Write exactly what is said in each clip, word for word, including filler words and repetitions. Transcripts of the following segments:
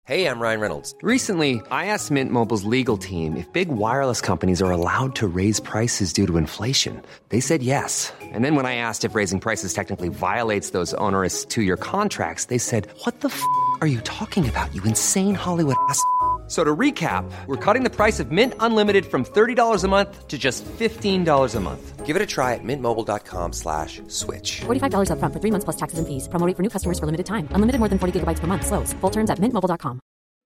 Hey, I'm Ryan Reynolds. Recently, I asked Mint Mobile's legal team if big wireless companies are allowed to raise prices due to inflation. They said yes. And then when I asked if raising prices technically violates those onerous two-year contracts, they said, what the f*** are you talking about, you insane Hollywood ass f- So to recap, we're cutting the price of Mint Unlimited from thirty dollars a month to just fifteen dollars a month. Give it a try at mintmobile.com slash switch. forty-five dollars up front for three months plus taxes and fees. Promo rate for new customers for limited time. Unlimited more than forty gigabytes per month. Slows full terms at mint mobile dot com.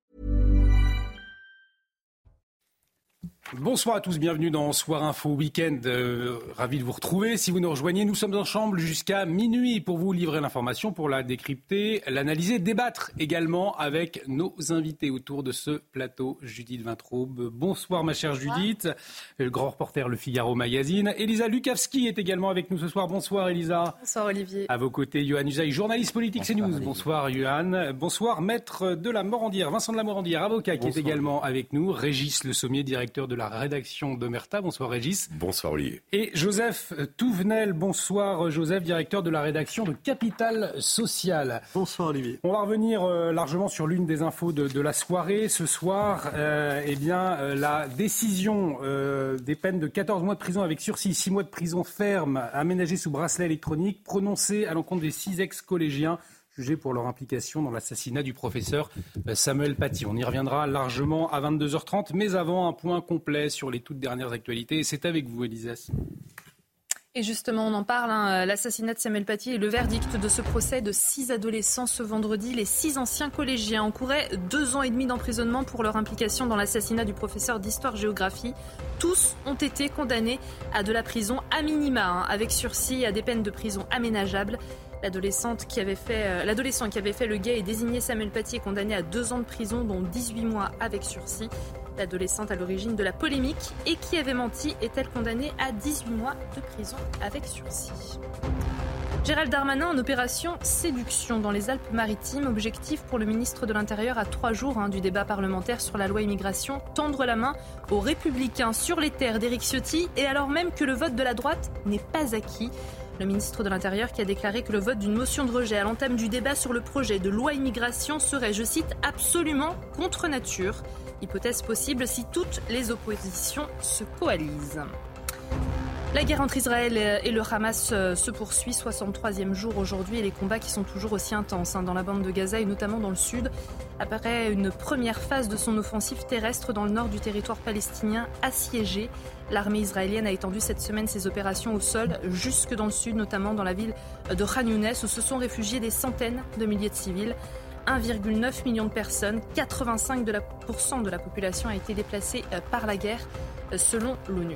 Bonsoir à tous, bienvenue dans Soir Info Week-end. Euh, ravi de vous retrouver. Si vous nous rejoignez, nous sommes ensemble jusqu'à minuit pour vous livrer l'information, pour la décrypter, l'analyser, débattre également avec nos invités autour de ce plateau. Judith Vintraube, bonsoir ma chère Judith, le grand reporter Le Figaro Magazine. Elisa Lukavski est également avec nous ce soir. Bonsoir Elisa. Bonsoir Olivier. À vos côtés, Yohann Usaï, journaliste politique CNews. Bonsoir Yohann. Bonsoir Maître de la Morandière, Vincent de la Morandière, avocat qui bonsoir. Est également avec nous. Régis Le Sommier, directeur de la rédaction d'Omerta. Bonsoir Régis. Bonsoir Olivier. Et Joseph Touvenel. Bonsoir Joseph, directeur de la rédaction de Capital Social. Bonsoir Olivier. On va revenir euh, largement sur l'une des infos de, de la soirée. Ce soir, euh, eh bien, euh, la décision euh, des peines de quatorze mois de prison avec sursis, six mois de prison ferme aménagée sous bracelet électronique prononcée à l'encontre des six ex-collégiens jugés pour leur implication dans l'assassinat du professeur Samuel Paty. On y reviendra largement à vingt-deux heures trente, mais avant, un point complet sur les toutes dernières actualités. Et c'est avec vous, Elisa. Et justement, on en parle, hein, l'assassinat de Samuel Paty et le verdict de ce procès de six adolescents ce vendredi. Les six anciens collégiens encouraient deux ans et demi d'emprisonnement pour leur implication dans l'assassinat du professeur d'histoire-géographie. Tous ont été condamnés à de la prison à minima, hein, avec sursis, à des peines de prison aménageables. L'adolescente qui avait fait, euh, l'adolescent qui avait fait le guet et désigné Samuel Paty est condamné à deux ans de prison, dont dix-huit mois avec sursis. L'adolescente à l'origine de la polémique et qui avait menti est-elle condamnée à dix-huit mois de prison avec sursis. Gérald Darmanin en opération séduction dans les Alpes-Maritimes. Objectif pour le ministre de l'Intérieur à trois jours hein, du débat parlementaire sur la loi immigration, tendre la main aux Républicains sur les terres d'Éric Ciotti et alors même que le vote de la droite n'est pas acquis. Le ministre de l'Intérieur qui a déclaré que le vote d'une motion de rejet à l'entame du débat sur le projet de loi immigration serait, je cite, absolument contre nature. Hypothèse possible si toutes les oppositions se coalisent. La guerre entre Israël et le Hamas se poursuit, soixante-troisième jour aujourd'hui, et les combats qui sont toujours aussi intenses hein, dans la bande de Gaza et notamment dans le sud. Après une première phase de son offensive terrestre dans le nord du territoire palestinien assiégé, l'armée israélienne a étendu cette semaine ses opérations au sol jusque dans le sud, notamment dans la ville de Khan Younes, où se sont réfugiés des centaines de milliers de civils. un virgule neuf million de personnes, quatre-vingt-cinq pour cent de la population a été déplacée par la guerre, selon l'ONU.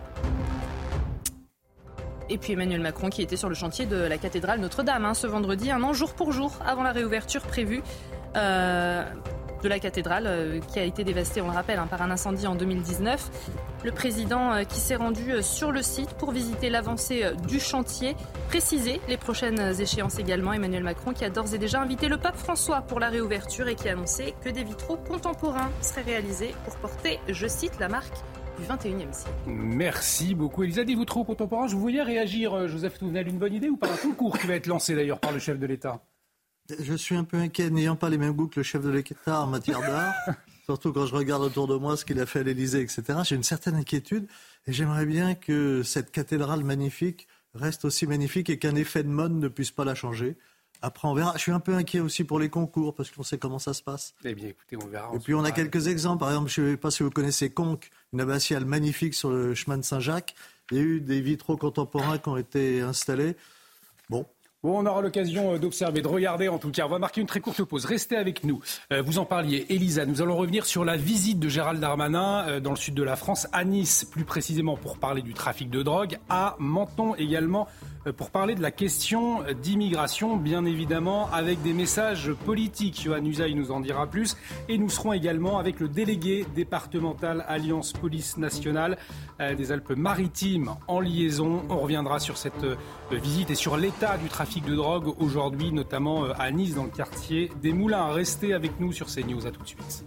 Et puis Emmanuel Macron qui était sur le chantier de la cathédrale Notre-Dame hein, ce vendredi, un an jour pour jour avant la réouverture prévue euh, de la cathédrale euh, qui a été dévastée, on le rappelle, hein, par un incendie en deux mille dix-neuf. Le président euh, qui s'est rendu euh, sur le site pour visiter l'avancée euh, du chantier, préciser les prochaines échéances également. Emmanuel Macron qui a d'ores et déjà invité le pape François pour la réouverture et qui a annoncé que des vitraux contemporains seraient réalisés pour porter, je cite, la marque du vingt et unième siècle. Merci beaucoup Elisa. Des vitraux contemporains, je vous voyais réagir, Joseph Touvenel, une bonne idée ou pas? Un concours qui va être lancé d'ailleurs par le chef de l'État? Je suis un peu inquiet, n'ayant pas les mêmes goûts que le chef de l'État en matière d'art, surtout quand je regarde autour de moi ce qu'il a fait à l'Élysée, et cetera. J'ai une certaine inquiétude et j'aimerais bien que cette cathédrale magnifique reste aussi magnifique et qu'un effet de mode ne puisse pas la changer. Après, on verra. Je suis un peu inquiet aussi pour les concours, parce qu'on sait comment ça se passe. Eh bien, écoutez, on verra. Et puis, on a quelques exemples. Par exemple, je ne sais pas si vous connaissez Conques, une abbatiale magnifique sur le chemin de Saint-Jacques. Il y a eu des vitraux contemporains qui ont été installés. Bon. Bon, on aura l'occasion d'observer, de regarder en tout cas. On va marquer une très courte pause. Restez avec nous. Euh, vous en parliez, Elisa. Nous allons revenir sur la visite de Gérald Darmanin euh, dans le sud de la France, à Nice, plus précisément pour parler du trafic de drogue, à Menton également, euh, pour parler de la question d'immigration, bien évidemment, avec des messages politiques. Yohann Usaï nous en dira plus. Et nous serons également avec le délégué départemental Alliance Police Nationale euh, des Alpes-Maritimes en liaison. On reviendra sur cette euh, visite et sur l'état du trafic de drogue aujourd'hui, notamment à Nice, dans le quartier des Moulins. Restez avec nous sur CNews. À tout de suite.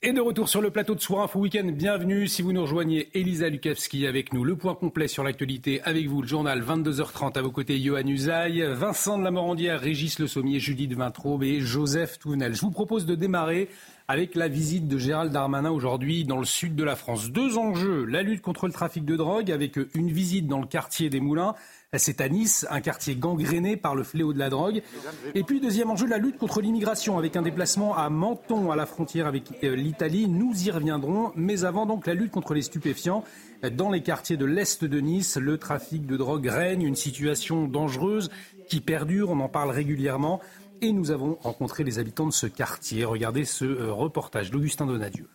Et de retour sur le plateau de Soir Info Week-end, bienvenue si vous nous rejoignez, Elisa Lukavski avec nous. Le point complet sur l'actualité avec vous, le journal vingt-deux heures trente à vos côtés, Yohann Usaï, Vincent de la Morandière, Régis Le Sommier, Judith Vintraube et Joseph Touvenel. Je vous propose de démarrer avec la visite de Gérald Darmanin aujourd'hui dans le sud de la France. Deux enjeux, la lutte contre le trafic de drogue avec une visite dans le quartier des Moulins. C'est à Nice, un quartier gangréné par le fléau de la drogue. Et puis, deuxième enjeu, la lutte contre l'immigration avec un déplacement à Menton, à la frontière avec l'Italie. Nous y reviendrons. Mais avant, donc, la lutte contre les stupéfiants. Dans les quartiers de l'Est de Nice, le trafic de drogue règne, une situation dangereuse qui perdure. On en parle régulièrement. Et nous avons rencontré les habitants de ce quartier. Regardez ce reportage d'Augustin Donadieu.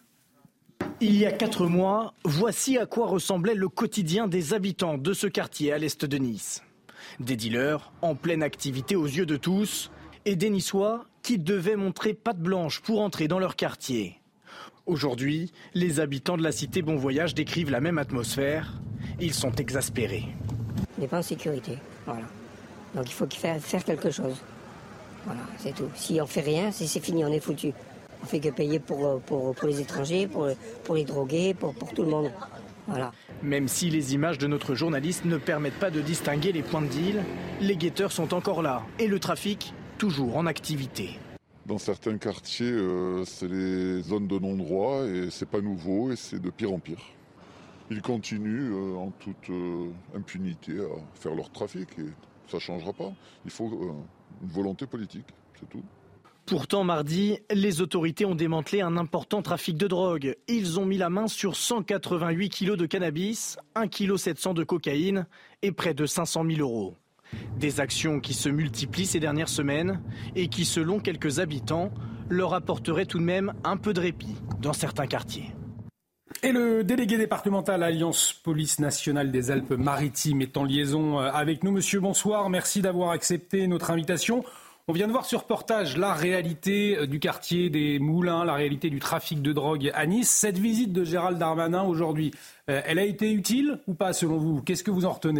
Il y a quatre mois, voici à quoi ressemblait le quotidien des habitants de ce quartier à l'est de Nice. Des dealers en pleine activité aux yeux de tous et des Niçois qui devaient montrer patte blanche pour entrer dans leur quartier. Aujourd'hui, les habitants de la cité Bon Voyage décrivent la même atmosphère. Ils sont exaspérés. On n'est pas en sécurité, voilà. Donc il faut faire, faire quelque chose. Voilà, c'est tout. Si on fait rien, c'est, c'est fini, on est foutu. On fait que payer pour, pour, pour les étrangers, pour, pour les drogués, pour, pour tout le monde. Voilà. Même si les images de notre journaliste ne permettent pas de distinguer les points de deal, les guetteurs sont encore là et le trafic toujours en activité. Dans certains quartiers, euh, c'est les zones de non-droit et c'est pas nouveau et c'est de pire en pire. Ils continuent euh, en toute euh, impunité à faire leur trafic et ça ne changera pas. Il faut euh, une volonté politique, c'est tout. Pourtant, mardi, les autorités ont démantelé un important trafic de drogue. Ils ont mis la main sur cent quatre-vingt-huit kilos de cannabis, un virgule sept kilos de cocaïne et près de cinq cent mille euros. Des actions qui se multiplient ces dernières semaines et qui, selon quelques habitants, leur apporteraient tout de même un peu de répit dans certains quartiers. Et le délégué départemental Alliance Police Nationale des Alpes-Maritimes est en liaison avec nous. Monsieur, bonsoir. Merci d'avoir accepté notre invitation. On vient de voir ce reportage, la réalité du quartier des Moulins, la réalité du trafic de drogue à Nice. Cette visite de Gérald Darmanin aujourd'hui, euh, elle a été utile ou pas selon vous ? Qu'est-ce que vous en retenez ?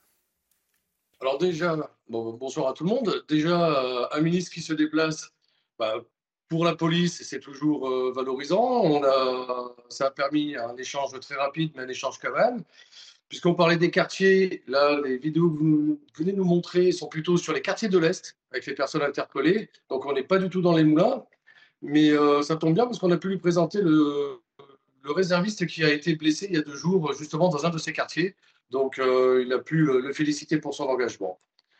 Alors déjà, bon, bonsoir à tout le monde. Déjà, euh, un ministre qui se déplace bah, pour la police, c'est toujours euh, valorisant. On a, ça a permis un échange très rapide, mais un échange quand même. Puisqu'on parlait des quartiers, là, les vidéos que vous venez nous montrer sont plutôt sur les quartiers de l'Est, avec les personnes interpellées. Donc, on n'est pas du tout dans les moulins. Mais euh, ça tombe bien parce qu'on a pu lui présenter le, le réserviste qui a été blessé il y a deux jours, justement, dans un de ces quartiers. Donc, euh, il a pu le féliciter pour son engagement.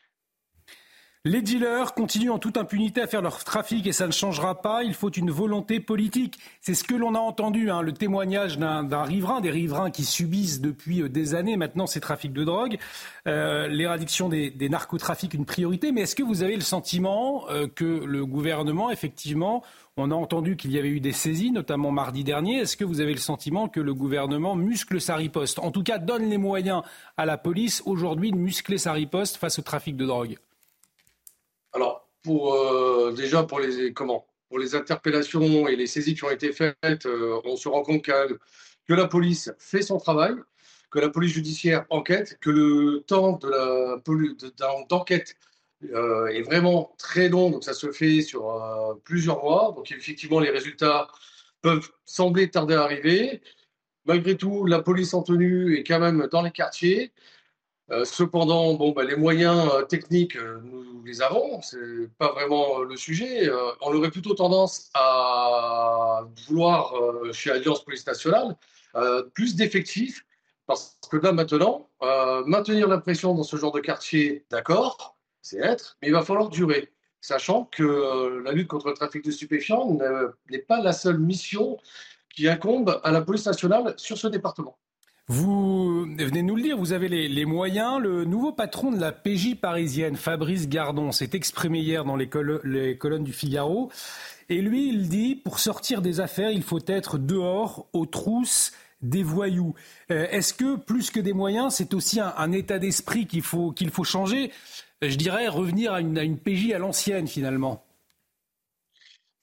Les dealers continuent en toute impunité à faire leur trafic et ça ne changera pas. Il faut une volonté politique. C'est ce que l'on a entendu, hein, le témoignage d'un, d'un riverain, des riverains qui subissent depuis des années maintenant ces trafics de drogue. Euh, l'éradiction des, des narcotrafics, une priorité. Mais est-ce que vous avez le sentiment euh, que le gouvernement, effectivement, on a entendu qu'il y avait eu des saisies, notamment mardi dernier. Est-ce que vous avez le sentiment que le gouvernement muscle sa riposte ? En tout cas, donne les moyens à la police aujourd'hui de muscler sa riposte face au trafic de drogue ? Alors, pour, euh, déjà, pour les, comment, pour les interpellations et les saisies qui ont été faites, euh, on se rend compte quand même que la police fait son travail, que la police judiciaire enquête, que le temps de la, de, d'enquête euh, est vraiment très long, donc ça se fait sur euh, plusieurs mois. Donc, effectivement, les résultats peuvent sembler tarder à arriver. Malgré tout, la police en tenue est quand même dans les quartiers. Euh, cependant, bon, bah, les moyens euh, techniques, euh, nous les avons, c'est pas vraiment euh, le sujet. Euh, on aurait plutôt tendance à vouloir, euh, chez Alliance Police Nationale, euh, plus d'effectifs, parce que là maintenant, euh, maintenir la pression dans ce genre de quartier, d'accord, c'est être, mais il va falloir durer, sachant que euh, la lutte contre le trafic de stupéfiants n'est pas la seule mission qui incombe à la police nationale sur ce département. Vous venez de nous le dire, vous avez les, les moyens. Le nouveau patron de la P J parisienne, Fabrice Gardon, s'est exprimé hier dans les, colo- les colonnes du Figaro. Et lui, il dit, pour sortir des affaires, il faut être dehors, aux trousses des voyous. Euh, est-ce que, plus que des moyens, c'est aussi un, un état d'esprit qu'il faut, qu'il faut changer ? Je dirais revenir à une, à une P J à l'ancienne, finalement.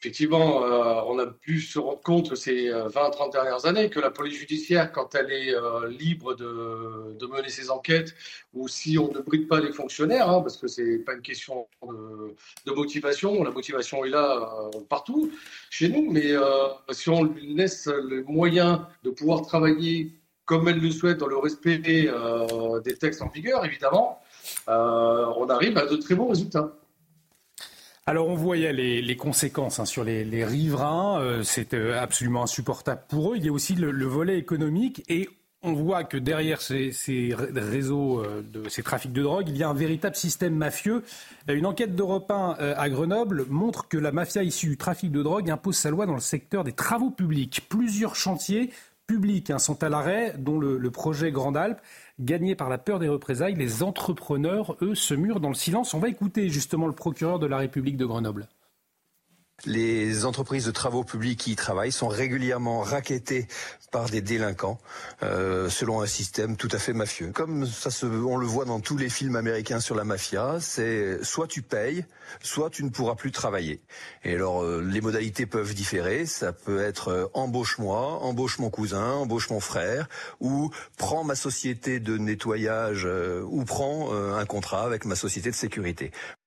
Effectivement, euh, on a pu se rendre compte ces vingt à trente dernières années que la police judiciaire, quand elle est euh, libre de, de mener ses enquêtes, ou si on ne bride pas les fonctionnaires, hein, parce que ce n'est pas une question de, de motivation, la motivation est là euh, partout chez nous, mais euh, si on lui laisse le moyen de pouvoir travailler comme elle le souhaite, dans le respect euh, des textes en vigueur, évidemment, euh, on arrive à de très bons résultats. Alors on voyait les, les conséquences hein, sur les, les riverains, euh, c'est euh, absolument insupportable pour eux. Il y a aussi le, le volet économique et on voit que derrière ces, ces réseaux, euh, de, ces trafics de drogue, il y a un véritable système mafieux. Une enquête d'Europe un euh, à Grenoble montre que la mafia issue du trafic de drogue impose sa loi dans le secteur des travaux publics. Plusieurs chantiers publics hein, sont à l'arrêt, dont le, le projet Grande Alpe. Gagnés par la peur des représailles, les entrepreneurs, eux, se murent dans le silence. On va écouter justement le procureur de la République de Grenoble. Les entreprises de travaux publics qui y travaillent sont régulièrement racketées par des délinquants euh, selon un système tout à fait mafieux. Comme ça se, on le voit dans tous les films américains sur la mafia, c'est soit tu payes, soit tu ne pourras plus travailler. Et alors euh, les modalités peuvent différer, ça peut être euh, embauche-moi, embauche mon cousin, embauche mon frère, ou prends ma société de nettoyage, euh, ou prends euh, un contrat avec ma société de sécurité.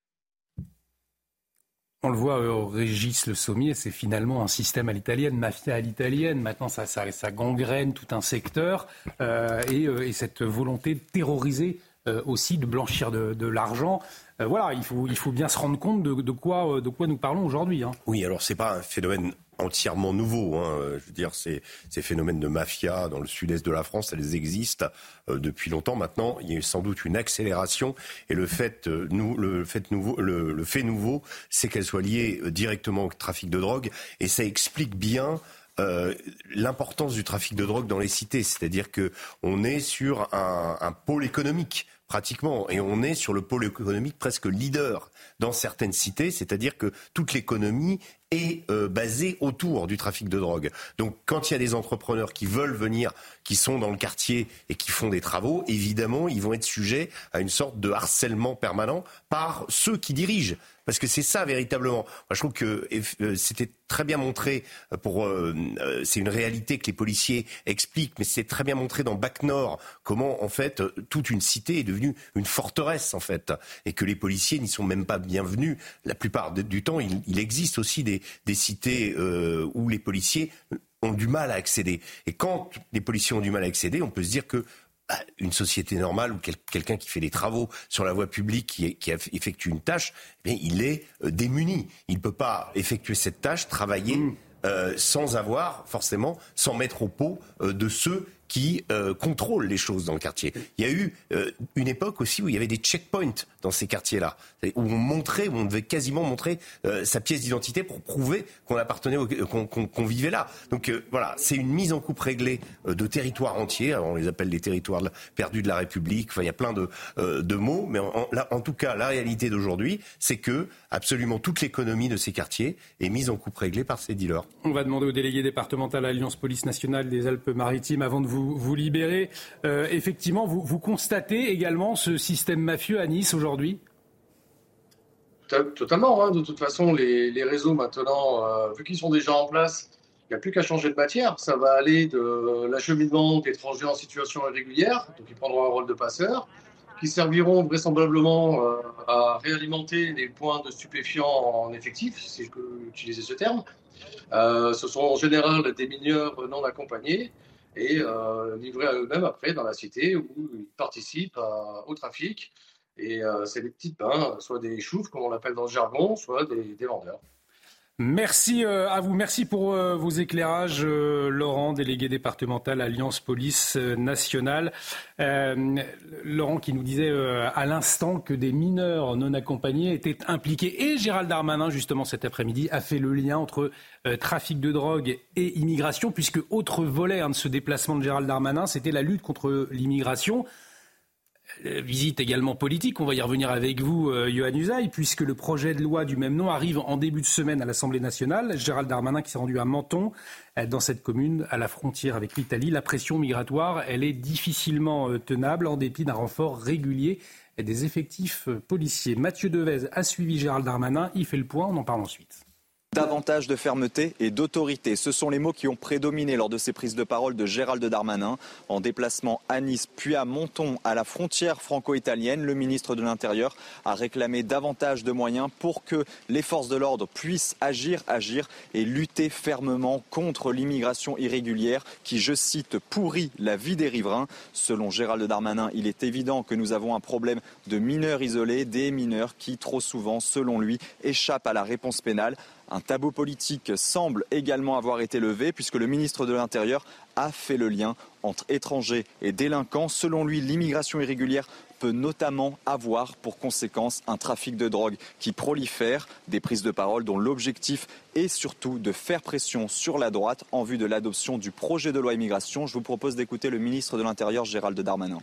On le voit au Régis Le Sommier, c'est finalement un système à l'italienne, mafia à l'italienne. Maintenant, ça, ça, ça gangrène tout un secteur euh, et, euh, et cette volonté de terroriser euh, aussi, de blanchir de, de l'argent. Euh, voilà, il faut, il faut bien se rendre compte de, de, quoi, de quoi nous parlons aujourd'hui. Hein. Oui, alors c'est pas un phénomène entièrement nouveau. Hein. Je veux dire, ces, ces phénomènes de mafia dans le sud-est de la France, elles existent euh, depuis longtemps. Maintenant, il y a sans doute une accélération. Et le fait, euh, nou, le, fait nouveau, le, le fait nouveau, c'est qu'elles soient liées euh, directement au trafic de drogue. Et ça explique bien euh, l'importance du trafic de drogue dans les cités. C'est-à-dire qu'on est sur un, un pôle économique. Pratiquement, et on est sur le pôle économique presque leader dans certaines cités, c'est-à-dire que toute l'économie est euh, basée autour du trafic de drogue. Donc quand il y a des entrepreneurs qui veulent venir, qui sont dans le quartier et qui font des travaux, évidemment, ils vont être sujets à une sorte de harcèlement permanent par ceux qui dirigent. Parce que c'est ça véritablement. Moi, je trouve que euh, c'était très bien montré pour. Euh, euh, c'est une réalité que les policiers expliquent, mais c'est très bien montré dans Bac Nord comment en fait toute une cité est devenue une forteresse en fait, et que les policiers n'y sont même pas bienvenus. La plupart du temps, il, il existe aussi des, des cités euh, où les policiers ont du mal à accéder. Et quand les policiers ont du mal à accéder, on peut se dire que bah, une société normale ou quel, quelqu'un qui fait des travaux sur la voie publique, qui, qui effectue une tâche, eh bien, il est euh, démuni. Il ne peut pas effectuer cette tâche, travailler mmh. euh, sans avoir forcément, sans mettre au pot euh, de ceux qui euh, contrôlent les choses dans le quartier. Il y a eu euh, une époque aussi où il y avait des checkpoints dans ces quartiers-là, où on montrait, où on devait quasiment montrer euh, sa pièce d'identité pour prouver qu'on appartenait, au, qu'on, qu'on, qu'on vivait là. Donc euh, voilà, c'est une mise en coupe réglée euh, de territoires entiers. Alors, on les appelle les territoires de la, perdus de la République. Enfin, il y a plein de, euh, de mots, mais en, en, là, en tout cas, la réalité d'aujourd'hui, c'est que absolument toute l'économie de ces quartiers est mise en coupe réglée par ces dealers. On va demander au délégué départemental à l'Alliance Police Nationale des Alpes-Maritimes, avant de vous Vous, vous libérez. Euh, effectivement, vous, vous constatez également ce système mafieux à Nice aujourd'hui ? Totalement. Hein. De toute façon, les, les réseaux maintenant, euh, vu qu'ils sont déjà en place, il n'y a plus qu'à changer de matière. Ça va aller de l'acheminement d'étrangers en situation irrégulière, donc ils prendront un rôle de passeurs, qui serviront vraisemblablement euh, à réalimenter les points de stupéfiants en effectif, si je peux utiliser ce terme. Euh, ce sont en général des mineurs non accompagnés, et euh, livrés à eux-mêmes après dans la cité où ils participent à, au trafic. Et euh, c'est des petites bains, soit des choufs, comme on l'appelle dans le jargon, soit des, des vendeurs. Merci euh, à vous. Merci pour euh, vos éclairages, euh, Laurent, délégué départemental Alliance Police euh, Nationale. Euh, Laurent qui nous disait euh, à l'instant que des mineurs non accompagnés étaient impliqués. Et Gérald Darmanin, justement, cet après-midi, a fait le lien entre euh, trafic de drogue et immigration, puisque autre volet hein, de ce déplacement de Gérald Darmanin, c'était la lutte contre l'immigration. Visite également politique, on va y revenir avec vous, euh, Yohann Usaï, puisque le projet de loi du même nom arrive en début de semaine à l'Assemblée nationale. Gérald Darmanin qui s'est rendu à Menton, euh, dans cette commune, à la frontière avec l'Italie. La pression migratoire, elle est difficilement euh, tenable en dépit d'un renfort régulier et des effectifs euh, policiers. Mathieu Devez a suivi Gérald Darmanin, il fait le point, on en parle ensuite. Davantage de fermeté et d'autorité, ce sont les mots qui ont prédominé lors de ces prises de parole de Gérald Darmanin. En déplacement à Nice puis à Menton, à la frontière franco-italienne, le ministre de l'Intérieur a réclamé davantage de moyens pour que les forces de l'ordre puissent agir, agir et lutter fermement contre l'immigration irrégulière qui, je cite, pourrit la vie des riverains. Selon Gérald Darmanin, il est évident que nous avons un problème de mineurs isolés, des mineurs qui, trop souvent, selon lui, échappent à la réponse pénale. Un tabou politique semble également avoir été levé puisque le ministre de l'Intérieur a fait le lien entre étrangers et délinquants. Selon lui, l'immigration irrégulière peut notamment avoir pour conséquence un trafic de drogue qui prolifère. Des prises de parole dont l'objectif est surtout de faire pression sur la droite en vue de l'adoption du projet de loi immigration. Je vous propose d'écouter le ministre de l'Intérieur, Gérald Darmanin.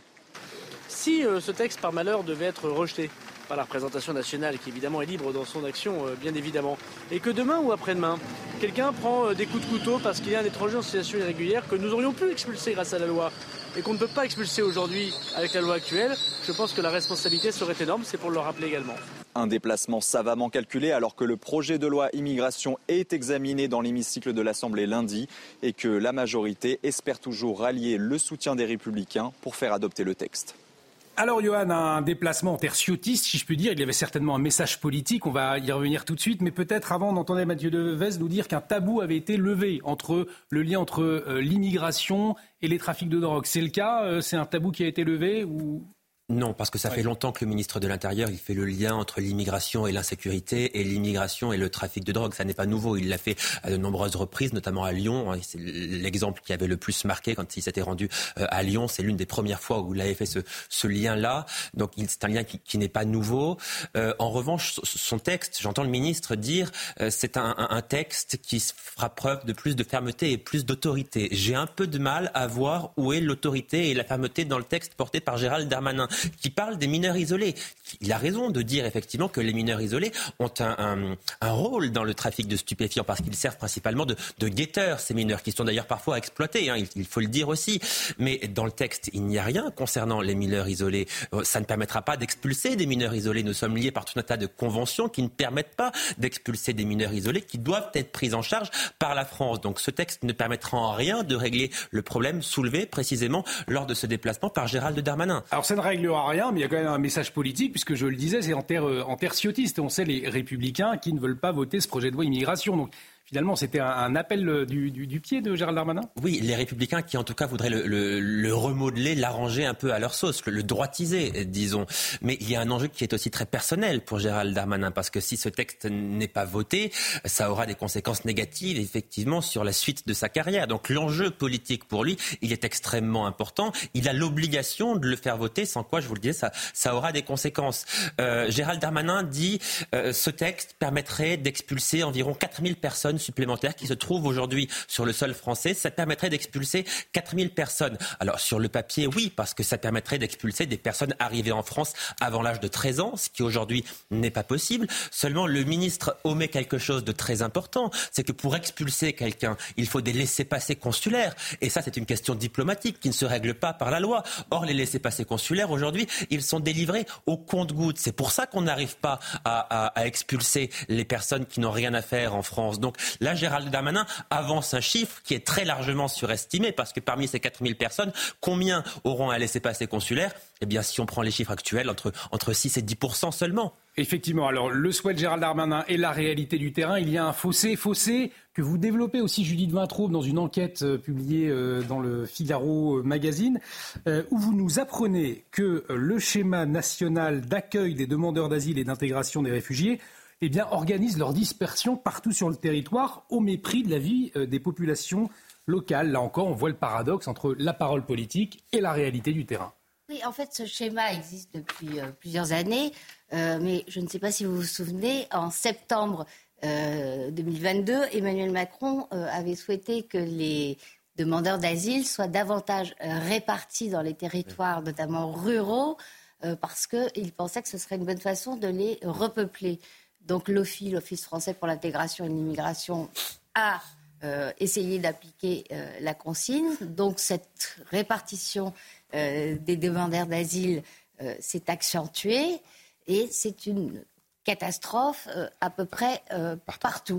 Si euh, ce texte, par malheur, devait être rejeté par la représentation nationale, qui évidemment est libre dans son action, euh, bien évidemment, et que demain ou après-demain, quelqu'un prend euh, des coups de couteau parce qu'il y a un étranger en situation irrégulière que nous aurions pu expulser grâce à la loi et qu'on ne peut pas expulser aujourd'hui avec la loi actuelle, je pense que la responsabilité serait énorme, c'est pour le rappeler également. Un déplacement savamment calculé alors que le projet de loi immigration est examiné dans l'hémicycle de l'Assemblée lundi et que la majorité espère toujours rallier le soutien des Républicains pour faire adopter le texte. Alors Johan, un déplacement tertiotiste, si je puis dire, il y avait certainement un message politique, on va y revenir tout de suite, mais peut-être avant on entendait Mathieu Devez nous dire qu'un tabou avait été levé entre le lien entre euh, l'immigration et les trafics de drogue. C'est le cas, euh, c'est un tabou qui a été levé ou... Non, parce que ça fait longtemps que le ministre de l'Intérieur, il fait le lien entre l'immigration et l'insécurité et l'immigration et le trafic de drogue. Ça n'est pas nouveau. Il l'a fait à de nombreuses reprises, notamment à Lyon. C'est l'exemple qui avait le plus marqué quand il s'était rendu à Lyon. C'est l'une des premières fois où il avait fait ce, ce lien-là. Donc c'est un lien qui, qui n'est pas nouveau. Euh, en revanche, son texte, j'entends le ministre dire, euh, c'est un, un, un texte qui fera preuve de plus de fermeté et plus d'autorité. J'ai un peu de mal à voir où est l'autorité et la fermeté dans le texte porté par Gérald Darmanin, qui parle des mineurs isolés. Il a raison de dire effectivement que les mineurs isolés ont un, un, un rôle dans le trafic de stupéfiants parce qu'ils servent principalement de, de guetteurs, ces mineurs, qui sont d'ailleurs parfois exploités, hein, il, il faut le dire aussi. Mais dans le texte, il n'y a rien concernant les mineurs isolés. Ça ne permettra pas d'expulser des mineurs isolés. Nous sommes liés par tout un tas de conventions qui ne permettent pas d'expulser des mineurs isolés qui doivent être pris en charge par la France. Donc ce texte ne permettra en rien de régler le problème soulevé précisément lors de ce déplacement par Gérald Darmanin. Alors ça ne règle rien, mais il y a quand même un message politique, puisque je le disais, c'est en, terre, en tertiotiste. On sait les Républicains qui ne veulent pas voter ce projet de loi immigration. Donc finalement, c'était un, un appel du, du, du pied de Gérald Darmanin ? Oui, les Républicains qui en tout cas voudraient le, le, le remodeler, l'arranger un peu à leur sauce, le, le droitiser, disons. Mais il y a un enjeu qui est aussi très personnel pour Gérald Darmanin, parce que si ce texte n'est pas voté, ça aura des conséquences négatives, effectivement, sur la suite de sa carrière. Donc l'enjeu politique pour lui, il est extrêmement important. Il a l'obligation de le faire voter, sans quoi, je vous le disais, ça, ça aura des conséquences. Euh, Gérald Darmanin dit euh, ce texte permettrait d'expulser environ quatre mille personnes supplémentaires qui se trouvent aujourd'hui sur le sol français. Ça permettrait d'expulser quatre mille personnes. Alors sur le papier, oui, parce que ça permettrait d'expulser des personnes arrivées en France avant l'âge de treize ans, ce qui aujourd'hui n'est pas possible. Seulement le ministre omet quelque chose de très important, c'est que pour expulser quelqu'un, il faut des laissez-passer consulaires. Et ça, c'est une question diplomatique qui ne se règle pas par la loi. Or, les laissez-passer consulaires, aujourd'hui, ils sont délivrés au compte-gouttes. C'est pour ça qu'on n'arrive pas à, à, à expulser les personnes qui n'ont rien à faire en France. Donc là, Gérald Darmanin avance un chiffre qui est très largement surestimé, parce que parmi ces quatre mille personnes, combien auront un laissez-passer consulaire ? Eh bien, si on prend les chiffres actuels, entre, entre six et dix pour cent seulement. Effectivement, alors le souhait de Gérald Darmanin et la réalité du terrain, il y a un fossé, fossé que vous développez aussi, Judith Vintraube, dans une enquête euh, publiée euh, dans le Figaro Magazine, euh, où vous nous apprenez que euh, le schéma national d'accueil des demandeurs d'asile et d'intégration des réfugiés eh bien, organise leur dispersion partout sur le territoire au mépris de la vie euh, des populations locales. Là encore, on voit le paradoxe entre la parole politique et la réalité du terrain. Oui, en fait, ce schéma existe depuis euh, plusieurs années, euh, mais je ne sais pas si vous vous souvenez, en septembre euh, deux mille vingt-deux, Emmanuel Macron euh, avait souhaité que les demandeurs d'asile soient davantage euh, répartis dans les territoires, notamment ruraux, euh, parce qu'il pensait que ce serait une bonne façon de les repeupler. Donc l'O F I, l'Office français pour l'intégration et l'immigration, a euh, essayé d'appliquer euh, la consigne. Donc cette répartition Euh, des demandeurs d'asile euh, s'est accentuée et c'est une catastrophe euh, à peu près euh, partout.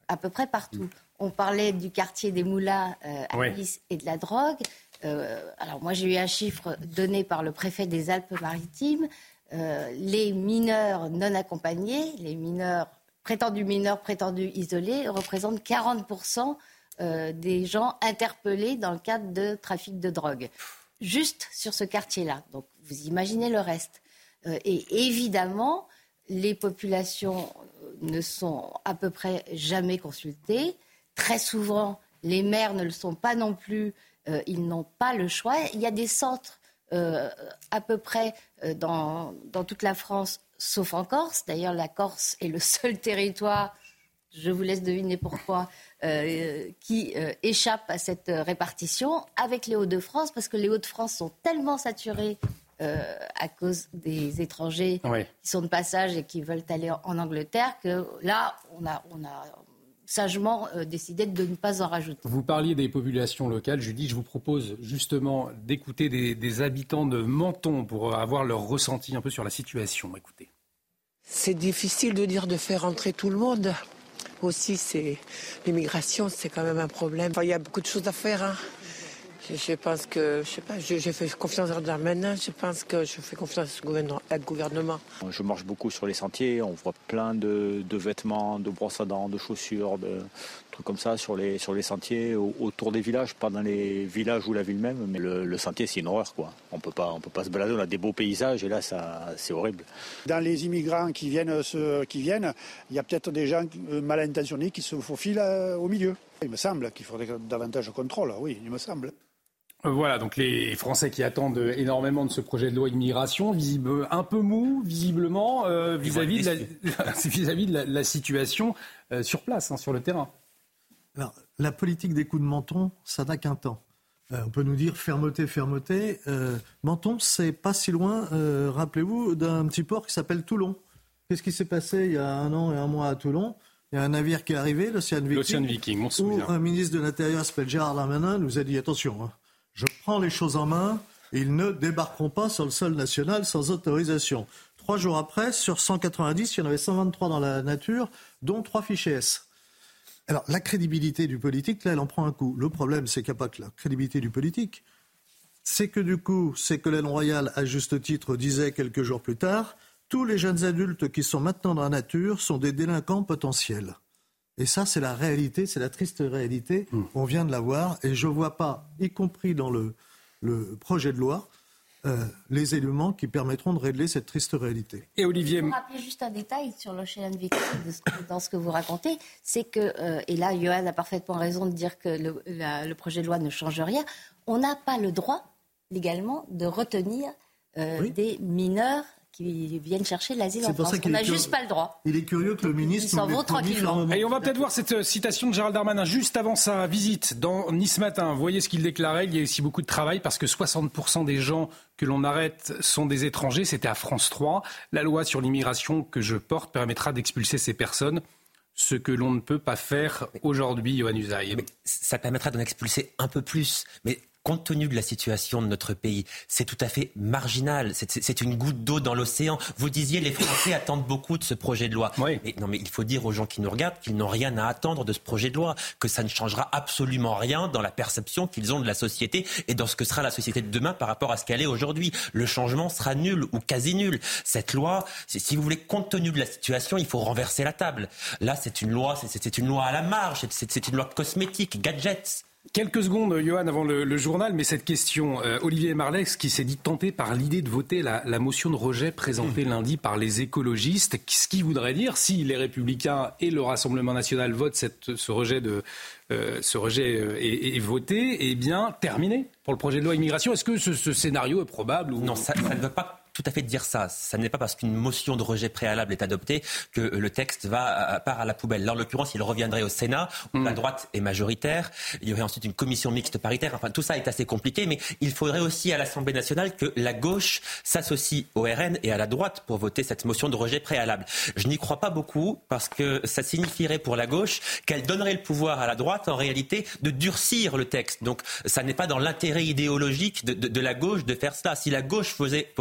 à peu près partout. On parlait du quartier des Moulins euh, à ouais. Nice et de la drogue. Euh, alors moi, j'ai eu un chiffre donné par le préfet des Alpes-Maritimes. Euh, les mineurs non accompagnés, les mineurs prétendus mineurs, prétendus isolés, représentent quarante pour cent euh, des gens interpellés dans le cadre de trafic de drogue. Juste sur ce quartier-là. Donc vous imaginez le reste. Euh, et évidemment, les populations ne sont à peu près jamais consultées. Très souvent, les maires ne le sont pas non plus. Euh, ils n'ont pas le choix. Il y a des centres euh, à peu près euh, dans, dans toute la France, sauf en Corse. D'ailleurs, la Corse est le seul territoire, je vous laisse deviner pourquoi, euh, qui euh, échappe à cette répartition avec les Hauts-de-France, parce que les Hauts-de-France sont tellement saturés euh, à cause des étrangers ouais. qui sont de passage et qui veulent aller en, en Angleterre, que là, on a... On a sagement euh, décidé de ne pas en rajouter. Vous parliez des populations locales. Judith, je vous propose justement d'écouter des, des habitants de Menton pour avoir leur ressenti un peu sur la situation. Écoutez. C'est difficile de dire de faire entrer tout le monde. Aussi, c'est l'immigration, c'est quand même un problème. Enfin, il y a beaucoup de choses à faire. Hein. Je, je pense que, je sais pas, je, je fais confiance à Darmanin, je pense que je fais confiance au gouvernement. Je marche beaucoup sur les sentiers, on voit plein de, de vêtements, de brosses à dents, de chaussures, de trucs comme ça sur les, sur les sentiers, au, autour des villages, pas dans les villages ou la ville même, mais le, le sentier c'est une horreur, quoi. On peut pas, on peut pas se balader, on a des beaux paysages et là ça, c'est horrible. Dans les immigrants qui viennent, ce, qui viennent, il y a peut-être des gens mal intentionnés qui se faufilent au milieu. Il me semble qu'il faudrait davantage de contrôle, oui, il me semble. Voilà, donc les Français qui attendent énormément de ce projet de loi immigration, visible, un peu mou, visiblement, euh, vis-à-vis, de la, vis-à-vis de la, la situation euh, sur place, hein, sur le terrain. Alors, la politique des coups de menton, ça n'a qu'un temps. Euh, on peut nous dire fermeté, fermeté. Euh, Menton, c'est pas si loin, euh, rappelez-vous, d'un petit port qui s'appelle Toulon. Qu'est-ce qui s'est passé il y a un an et un mois à Toulon ? Il y a un navire qui est arrivé, l'Ocean Viking, L'Ocean Viking, on se souvient. Où un ministre de l'Intérieur s'appelle Gérard Darmanin nous a dit attention, hein, je prends les choses en main, ils ne débarqueront pas sur le sol national sans autorisation. Trois jours après, sur cent quatre-vingt-dix, il y en avait cent vingt-trois dans la nature, dont trois fichiers S. Alors, la crédibilité du politique, là, elle en prend un coup. Le problème, c'est qu'il n'y a pas que la crédibilité du politique. C'est que du coup, Ségolène Royal, à juste titre, disait quelques jours plus tard, tous les jeunes adultes qui sont maintenant dans la nature sont des délinquants potentiels. Et ça, c'est la réalité, c'est la triste réalité. Mmh. On vient de la voir et je ne vois pas, y compris dans le, le projet de loi, euh, les éléments qui permettront de régler cette triste réalité. Et Olivier... Je vais vous rappeler juste un détail sur l'Ocean Viking dans ce que vous racontez, c'est que, euh, et là, Johan a parfaitement raison de dire que le, la, le projet de loi ne change rien, on n'a pas le droit, légalement, de retenir euh, oui. des mineurs qui viennent chercher l'asile en France. On n'a juste pas le droit. Il est curieux que le ministre... Il s'en vaut tranquillement. Et on va peut-être voir cette citation de Gérald Darmanin juste avant sa visite dans Nice Matin. Vous voyez ce qu'il déclarait, il y a aussi beaucoup de travail parce que soixante pour cent des gens que l'on arrête sont des étrangers. C'était à France trois. La loi sur l'immigration que je porte permettra d'expulser ces personnes. Ce que l'on ne peut pas faire aujourd'hui, Yohann Usaï. Ça permettra d'en expulser un peu plus. Mais compte tenu de la situation de notre pays, c'est tout à fait marginal. C'est, c'est, c'est une goutte d'eau dans l'océan. Vous disiez, les Français attendent beaucoup de ce projet de loi. Oui. Mais, non, mais il faut dire aux gens qui nous regardent qu'ils n'ont rien à attendre de ce projet de loi, que ça ne changera absolument rien dans la perception qu'ils ont de la société et dans ce que sera la société de demain par rapport à ce qu'elle est aujourd'hui. Le changement sera nul ou quasi nul. Cette loi, c'est, si vous voulez, compte tenu de la situation, il faut renverser la table. Là, c'est une loi, c'est, c'est une loi à la marge, c'est, c'est, c'est une loi cosmétique, gadgets. Quelques secondes, Johan, avant le, le journal, mais cette question, euh, Olivier Marleix, qui s'est dit tenté par l'idée de voter la, la motion de rejet présentée mmh. lundi par les écologistes, ce qui voudrait dire, si les Républicains et le Rassemblement national votent cette, ce rejet, de, euh, ce rejet euh, est, est voté, eh bien, terminé pour le projet de loi immigration. Est-ce que ce, ce scénario est probable ou... Non, ça, ça ne veut pas tout à fait dire ça. Ça n'est pas parce qu'une motion de rejet préalable est adoptée que le texte va part à la poubelle. Là, en l'occurrence, il reviendrait au Sénat, où mmh. la droite est majoritaire. Il y aurait ensuite une commission mixte paritaire. Enfin, tout ça est assez compliqué, mais il faudrait aussi à l'Assemblée nationale que la gauche s'associe au R N et à la droite pour voter cette motion de rejet préalable. Je n'y crois pas beaucoup, parce que ça signifierait pour la gauche qu'elle donnerait le pouvoir à la droite, en réalité, de durcir le texte. Donc, ça n'est pas dans l'intérêt idéologique de, de, de la gauche de faire cela. Si la gauche faisait voter cette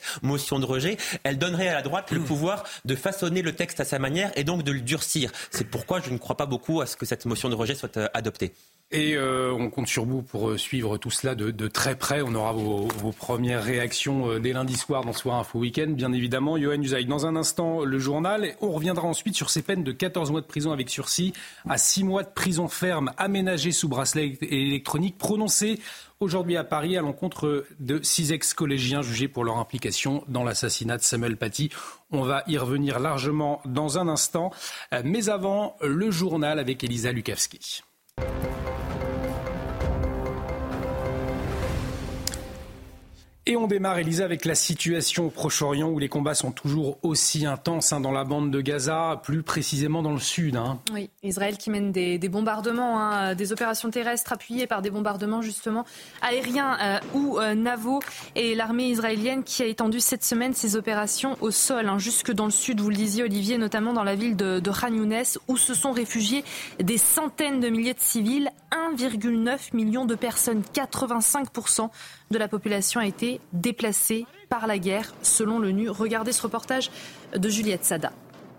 motion de rejet, elle donnerait à la droite le pouvoir de façonner le texte à sa manière et donc de le durcir. C'est pourquoi je ne crois pas beaucoup à ce que cette motion de rejet soit euh, adoptée. Et euh, on compte sur vous pour suivre tout cela de, de très près. On aura vos, vos premières réactions euh, dès lundi soir dans Soir Info Week-end, bien évidemment. Yohann Usaï, dans un instant, le journal. On reviendra ensuite sur ces peines de quatorze mois de prison avec sursis à six mois de prison ferme aménagée sous bracelet électronique prononcées aujourd'hui à Paris à l'encontre de six ex-collégiens jugés pour leur implication dans l'assassinat de Samuel Paty. On va y revenir largement dans un instant. Mais avant, le journal avec Elisa Lukavski. Et on démarre, Elisa, avec la situation au Proche-Orient où les combats sont toujours aussi intenses hein, dans la bande de Gaza, plus précisément dans le sud. Hein. Oui, Israël qui mène des, des bombardements, hein, des opérations terrestres appuyées par des bombardements justement aériens euh, ou euh, navaux. Et l'armée israélienne qui a étendu cette semaine ses opérations au sol, hein, jusque dans le sud, vous le disiez Olivier, notamment dans la ville de, de Khan Younes, où se sont réfugiés des centaines de milliers de civils, un virgule neuf million de personnes, quatre-vingt-cinq pour cent de la population a été déplacée par la guerre, selon l'ONU. Regardez ce reportage de Juliette Sada.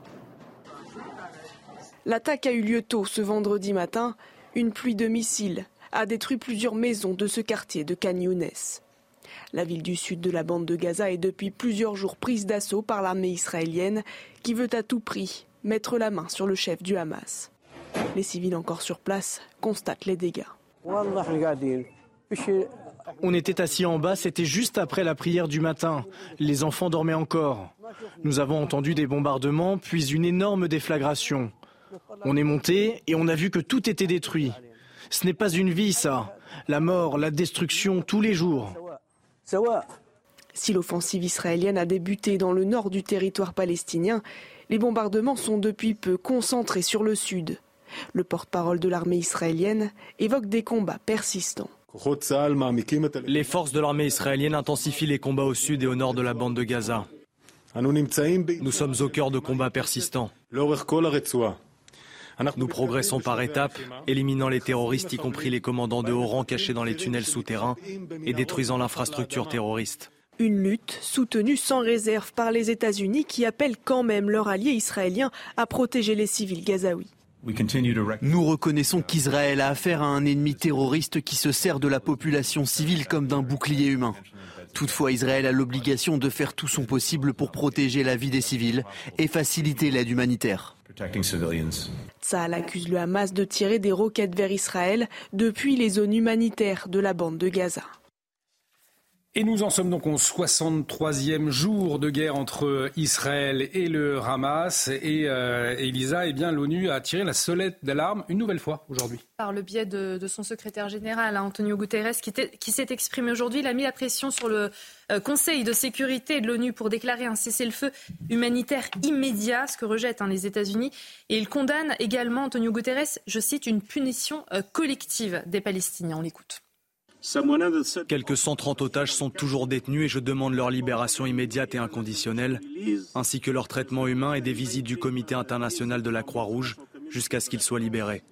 L'attaque a eu lieu tôt ce vendredi matin. Une pluie de missiles a détruit plusieurs maisons de ce quartier de Khan Younes. La ville du sud de la bande de Gaza est depuis plusieurs jours prise d'assaut par l'armée israélienne qui veut à tout prix mettre la main sur le chef du Hamas. Les civils encore sur place constatent les dégâts. On était assis en bas, c'était juste après la prière du matin. Les enfants dormaient encore. Nous avons entendu des bombardements, puis une énorme déflagration. On est monté et on a vu que tout était détruit. Ce n'est pas une vie, ça. La mort, la destruction, tous les jours. Si l'offensive israélienne a débuté dans le nord du territoire palestinien, les bombardements sont depuis peu concentrés sur le sud. Le porte-parole de l'armée israélienne évoque des combats persistants. Les forces de l'armée israélienne intensifient les combats au sud et au nord de la bande de Gaza. Nous sommes au cœur de combats persistants. Nous progressons par étapes, éliminant les terroristes, y compris les commandants de haut rang cachés dans les tunnels souterrains et détruisant l'infrastructure terroriste. Une lutte soutenue sans réserve par les États-Unis qui appellent quand même leur allié israélien à protéger les civils gazaouis. Nous reconnaissons qu'Israël a affaire à un ennemi terroriste qui se sert de la population civile comme d'un bouclier humain. Toutefois, Israël a l'obligation de faire tout son possible pour protéger la vie des civils et faciliter l'aide humanitaire. Tsahal accuse le Hamas de tirer des roquettes vers Israël depuis les zones humanitaires de la bande de Gaza. Et nous en sommes donc au soixante-troisième jour de guerre entre Israël et le Hamas. Et euh, Elisa, eh bien, l'ONU a tiré la sonnette d'alarme une nouvelle fois aujourd'hui. Par le biais de, de son secrétaire général, Antonio Guterres, qui, était, qui s'est exprimé aujourd'hui. Il a mis la pression sur le euh, Conseil de sécurité de l'ONU pour déclarer un cessez-le-feu humanitaire immédiat, ce que rejettent hein, les États-Unis. Et il condamne également, Antonio Guterres, je cite, une punition euh, collective des Palestiniens. On l'écoute. Quelques cent trente otages sont toujours détenus et je demande leur libération immédiate et inconditionnelle, ainsi que leur traitement humain et des visites du Comité international de la Croix-Rouge jusqu'à ce qu'ils soient libérés.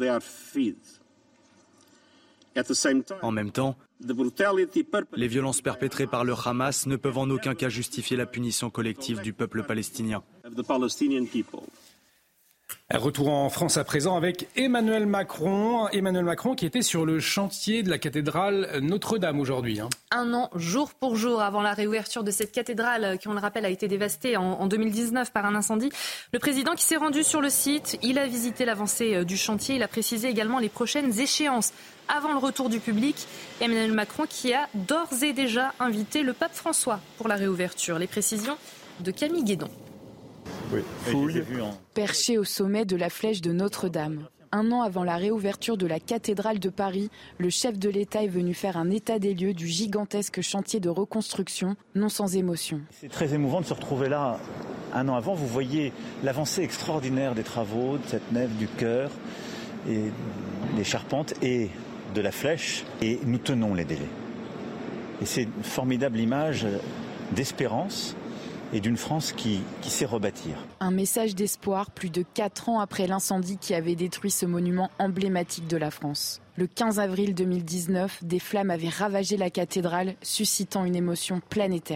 En même temps, les violences perpétrées par le Hamas ne peuvent en aucun cas justifier la punition collective du peuple palestinien. Retour en France à présent avec Emmanuel Macron. Emmanuel Macron qui était sur le chantier de la cathédrale Notre-Dame aujourd'hui. Hein. Un an, jour pour jour, avant la réouverture de cette cathédrale qui, on le rappelle, a été dévastée en, en deux mille dix-neuf par un incendie. Le président qui s'est rendu sur le site, il a visité l'avancée du chantier. Il a précisé également les prochaines échéances avant le retour du public. Emmanuel Macron qui a d'ores et déjà invité le pape François pour la réouverture. Les précisions de Camille Guédon. Oui, fouille. Perché au sommet de la flèche de Notre-Dame. Un an avant la réouverture de la cathédrale de Paris, le chef de l'État est venu faire un état des lieux du gigantesque chantier de reconstruction, non sans émotion. C'est très émouvant de se retrouver là un an avant. Vous voyez l'avancée extraordinaire des travaux, de cette nef, du chœur, et les charpentes et de la flèche. Et nous tenons les délais. Et c'est une formidable image d'espérance et d'une France qui, qui sait rebâtir. Un message d'espoir plus de quatre ans après l'incendie qui avait détruit ce monument emblématique de la France. Le quinze avril deux mille dix-neuf, des flammes avaient ravagé la cathédrale, suscitant une émotion planétaire.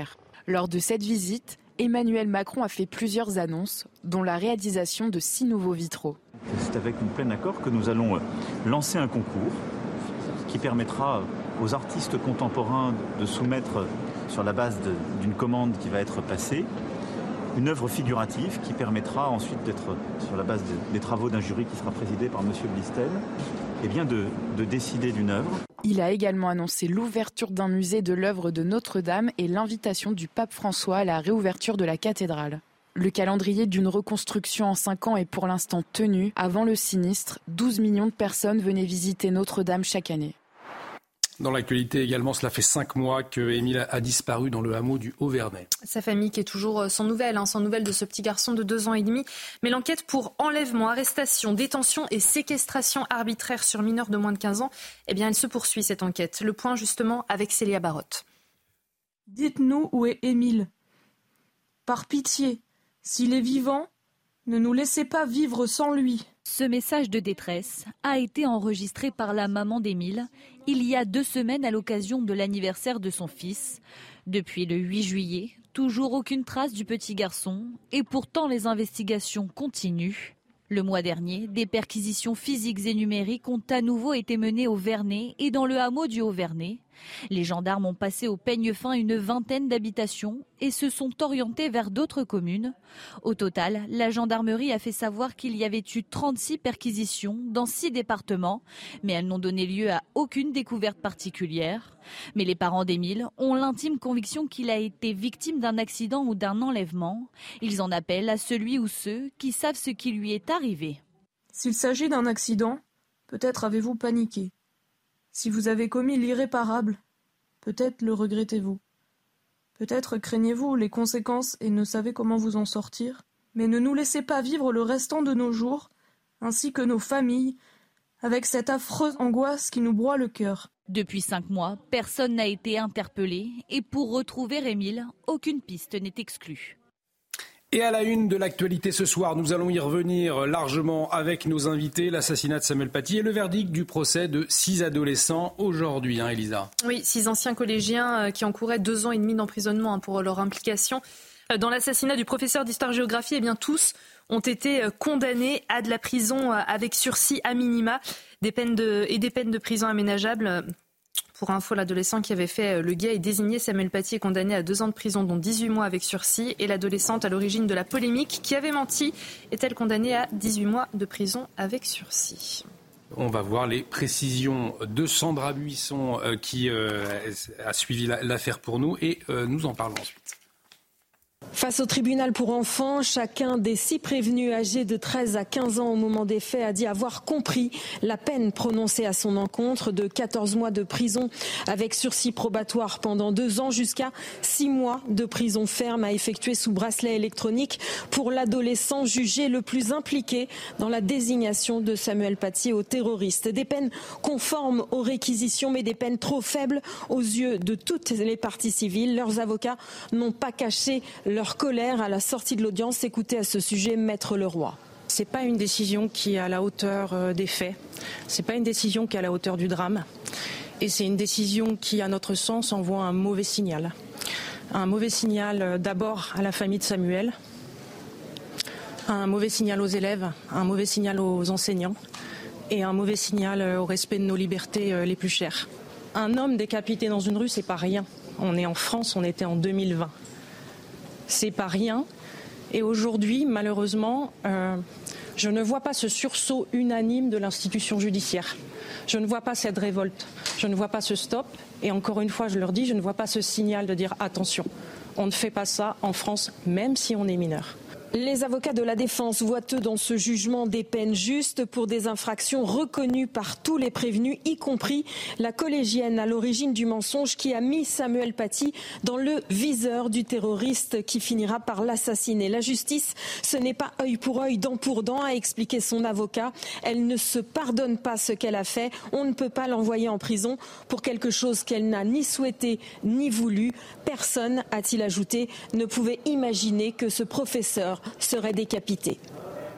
Lors de cette visite, Emmanuel Macron a fait plusieurs annonces, dont la réalisation de six nouveaux vitraux. C'est avec mon plein accord que nous allons lancer un concours qui permettra aux artistes contemporains de soumettre, sur la base de, d'une commande qui va être passée, une œuvre figurative qui permettra ensuite d'être, sur la base de, des travaux d'un jury qui sera présidé par M. Blistel, eh bien de, de décider d'une œuvre. Il a également annoncé l'ouverture d'un musée de l'œuvre de Notre-Dame et l'invitation du pape François à la réouverture de la cathédrale. Le calendrier d'une reconstruction en cinq ans est pour l'instant tenu. Avant le sinistre, douze millions de personnes venaient visiter Notre-Dame chaque année. Dans l'actualité également, cela fait cinq mois que Émile a disparu dans le hameau du Haut-Vernay. Sa famille qui est toujours sans nouvelles, hein, sans nouvelles de ce petit garçon de deux ans et demi. Mais l'enquête pour enlèvement, arrestation, détention et séquestration arbitraire sur mineurs de moins de quinze ans, eh bien, elle se poursuit cette enquête. Le point justement avec Célia Barotte. Dites-nous où est Émile. Par pitié, s'il est vivant, ne nous laissez pas vivre sans lui. Ce message de détresse a été enregistré par la maman d'Émile il y a deux semaines à l'occasion de l'anniversaire de son fils. Depuis le huit juillet, toujours aucune trace du petit garçon et pourtant les investigations continuent. Le mois dernier, des perquisitions physiques et numériques ont à nouveau été menées au Vernay et dans le hameau du Haut-Vernay. Les gendarmes ont passé au peigne fin une vingtaine d'habitations et se sont orientés vers d'autres communes. Au total, la gendarmerie a fait savoir qu'il y avait eu trente-six perquisitions dans six départements, mais elles n'ont donné lieu à aucune découverte particulière. Mais les parents d'Émile ont l'intime conviction qu'il a été victime d'un accident ou d'un enlèvement. Ils en appellent à celui ou ceux qui savent ce qui lui est arrivé. S'il s'agit d'un accident, peut-être avez-vous paniqué. Si vous avez commis l'irréparable, peut-être le regrettez-vous. Peut-être craignez-vous les conséquences et ne savez comment vous en sortir. Mais ne nous laissez pas vivre le restant de nos jours, ainsi que nos familles, avec cette affreuse angoisse qui nous broie le cœur. Depuis cinq mois, personne n'a été interpellé et pour retrouver Émile, aucune piste n'est exclue. Et à la une de l'actualité ce soir, nous allons y revenir largement avec nos invités. L'assassinat de Samuel Paty et le verdict du procès de six adolescents aujourd'hui, hein, Elisa. Oui, six anciens collégiens qui encouraient deux ans et demi d'emprisonnement pour leur implication dans l'assassinat du professeur d'histoire-géographie. Eh bien, tous ont été condamnés à de la prison avec sursis à minima des peines de, et des peines de prison aménageables. Pour info, l'adolescent qui avait fait le guet est désigné. Samuel Paty est condamné à deux ans de prison, dont dix-huit mois avec sursis. Et l'adolescente à l'origine de la polémique, qui avait menti, est-elle condamnée à dix-huit mois de prison avec sursis. On va voir les précisions de Sandra Buisson qui a suivi l'affaire pour nous et nous en parlons ensuite. Face au tribunal pour enfants, chacun des six prévenus âgés de treize à quinze ans au moment des faits a dit avoir compris la peine prononcée à son encontre de quatorze mois de prison avec sursis probatoire pendant deux ans jusqu'à six mois de prison ferme à effectuer sous bracelet électronique pour l'adolescent jugé le plus impliqué dans la désignation de Samuel Paty au terroriste. Des peines conformes aux réquisitions mais des peines trop faibles aux yeux de toutes les parties civiles. Leurs avocats n'ont pas caché leur colère à la sortie de l'audience. Écoutez à ce sujet Maître Leroy. C'est pas une décision qui est à la hauteur des faits. C'est pas une décision qui est à la hauteur du drame. Et c'est une décision qui, à notre sens, envoie un mauvais signal. Un mauvais signal d'abord à la famille de Samuel, un mauvais signal aux élèves, un mauvais signal aux enseignants et un mauvais signal au respect de nos libertés les plus chères. Un homme décapité dans une rue, c'est pas rien. On est en France, on était en deux mille vingt. C'est pas rien. Et aujourd'hui, malheureusement, euh, je ne vois pas ce sursaut unanime de l'institution judiciaire. Je ne vois pas cette révolte. Je ne vois pas ce stop. Et encore une fois, je leur dis, je ne vois pas ce signal de dire attention, on ne fait pas ça en France, même si on est mineur. Les avocats de la défense voient eux dans ce jugement des peines justes pour des infractions reconnues par tous les prévenus, y compris la collégienne à l'origine du mensonge qui a mis Samuel Paty dans le viseur du terroriste qui finira par l'assassiner. La justice, ce n'est pas œil pour œil, dent pour dent, a expliqué son avocat. Elle ne se pardonne pas ce qu'elle a fait. On ne peut pas l'envoyer en prison pour quelque chose qu'elle n'a ni souhaité ni voulu. Personne, a-t-il ajouté, ne pouvait imaginer que ce professeur serait décapité.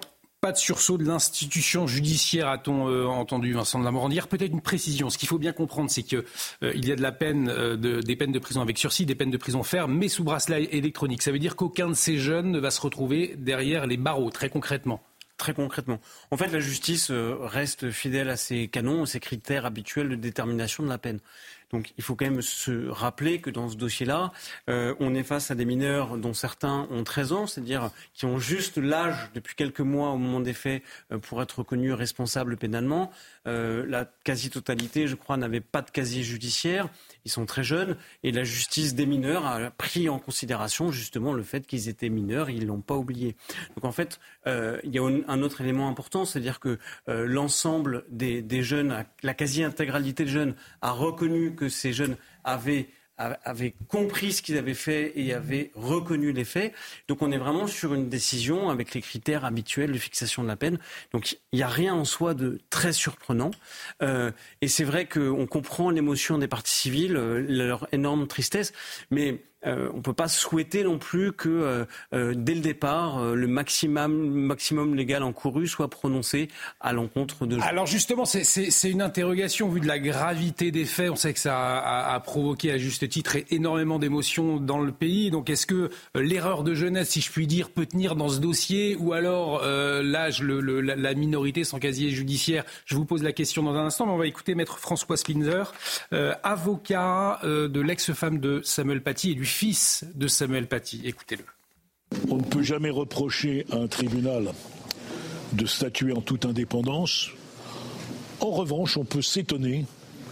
Pas de sursaut de l'institution judiciaire, a-t-on euh, entendu Vincent de la Morandière. Peut-être une précision. Ce qu'il faut bien comprendre, c'est qu'il euh, y a de la peine, euh, de, des peines de prison avec sursis, des peines de prison ferme, mais sous bracelet électronique. Ça veut dire qu'aucun de ces jeunes ne va se retrouver derrière les barreaux, très concrètement. Très concrètement. En fait, la justice reste fidèle à ses canons, à ses critères habituels de détermination de la peine. Donc il faut quand même se rappeler que dans ce dossier-là, euh, on est face à des mineurs dont certains ont treize ans, c'est-à-dire qui ont juste l'âge depuis quelques mois au moment des faits euh, pour être reconnus responsables pénalement. Euh, la quasi-totalité, je crois, n'avait pas de casier judiciaire. Ils sont très jeunes et la justice des mineurs a pris en considération justement le fait qu'ils étaient mineurs et ils ne l'ont pas oublié. Donc en fait, euh, il y a un autre élément important, c'est-à-dire que euh, l'ensemble des, des jeunes, la quasi-intégralité des jeunes a reconnu que ces jeunes avaient, avaient compris ce qu'ils avaient fait et avaient reconnu les faits. Donc on est vraiment sur une décision avec les critères habituels de fixation de la peine. Donc il n'y a rien en soi de très surprenant. Euh, et c'est vrai qu'on comprend l'émotion des parties civiles, euh, leur énorme tristesse, mais Euh, on ne peut pas souhaiter non plus que, euh, euh, dès le départ, euh, le maximum, maximum légal encouru soit prononcé à l'encontre de... Alors justement, c'est, c'est, c'est une interrogation vu de la gravité des faits. On sait que ça a, a provoqué à juste titre énormément d'émotions dans le pays. Donc est-ce que euh, l'erreur de jeunesse, si je puis dire, peut tenir dans ce dossier ou alors euh, l'âge, le, le, la, la minorité sans casier judiciaire? Je vous pose la question dans un instant, mais on va écouter Maître François Spinzer, euh, avocat euh, de l'ex-femme de Samuel Paty et du fils de Samuel Paty. Écoutez-le. On ne peut jamais reprocher à un tribunal de statuer en toute indépendance. En revanche, on peut s'étonner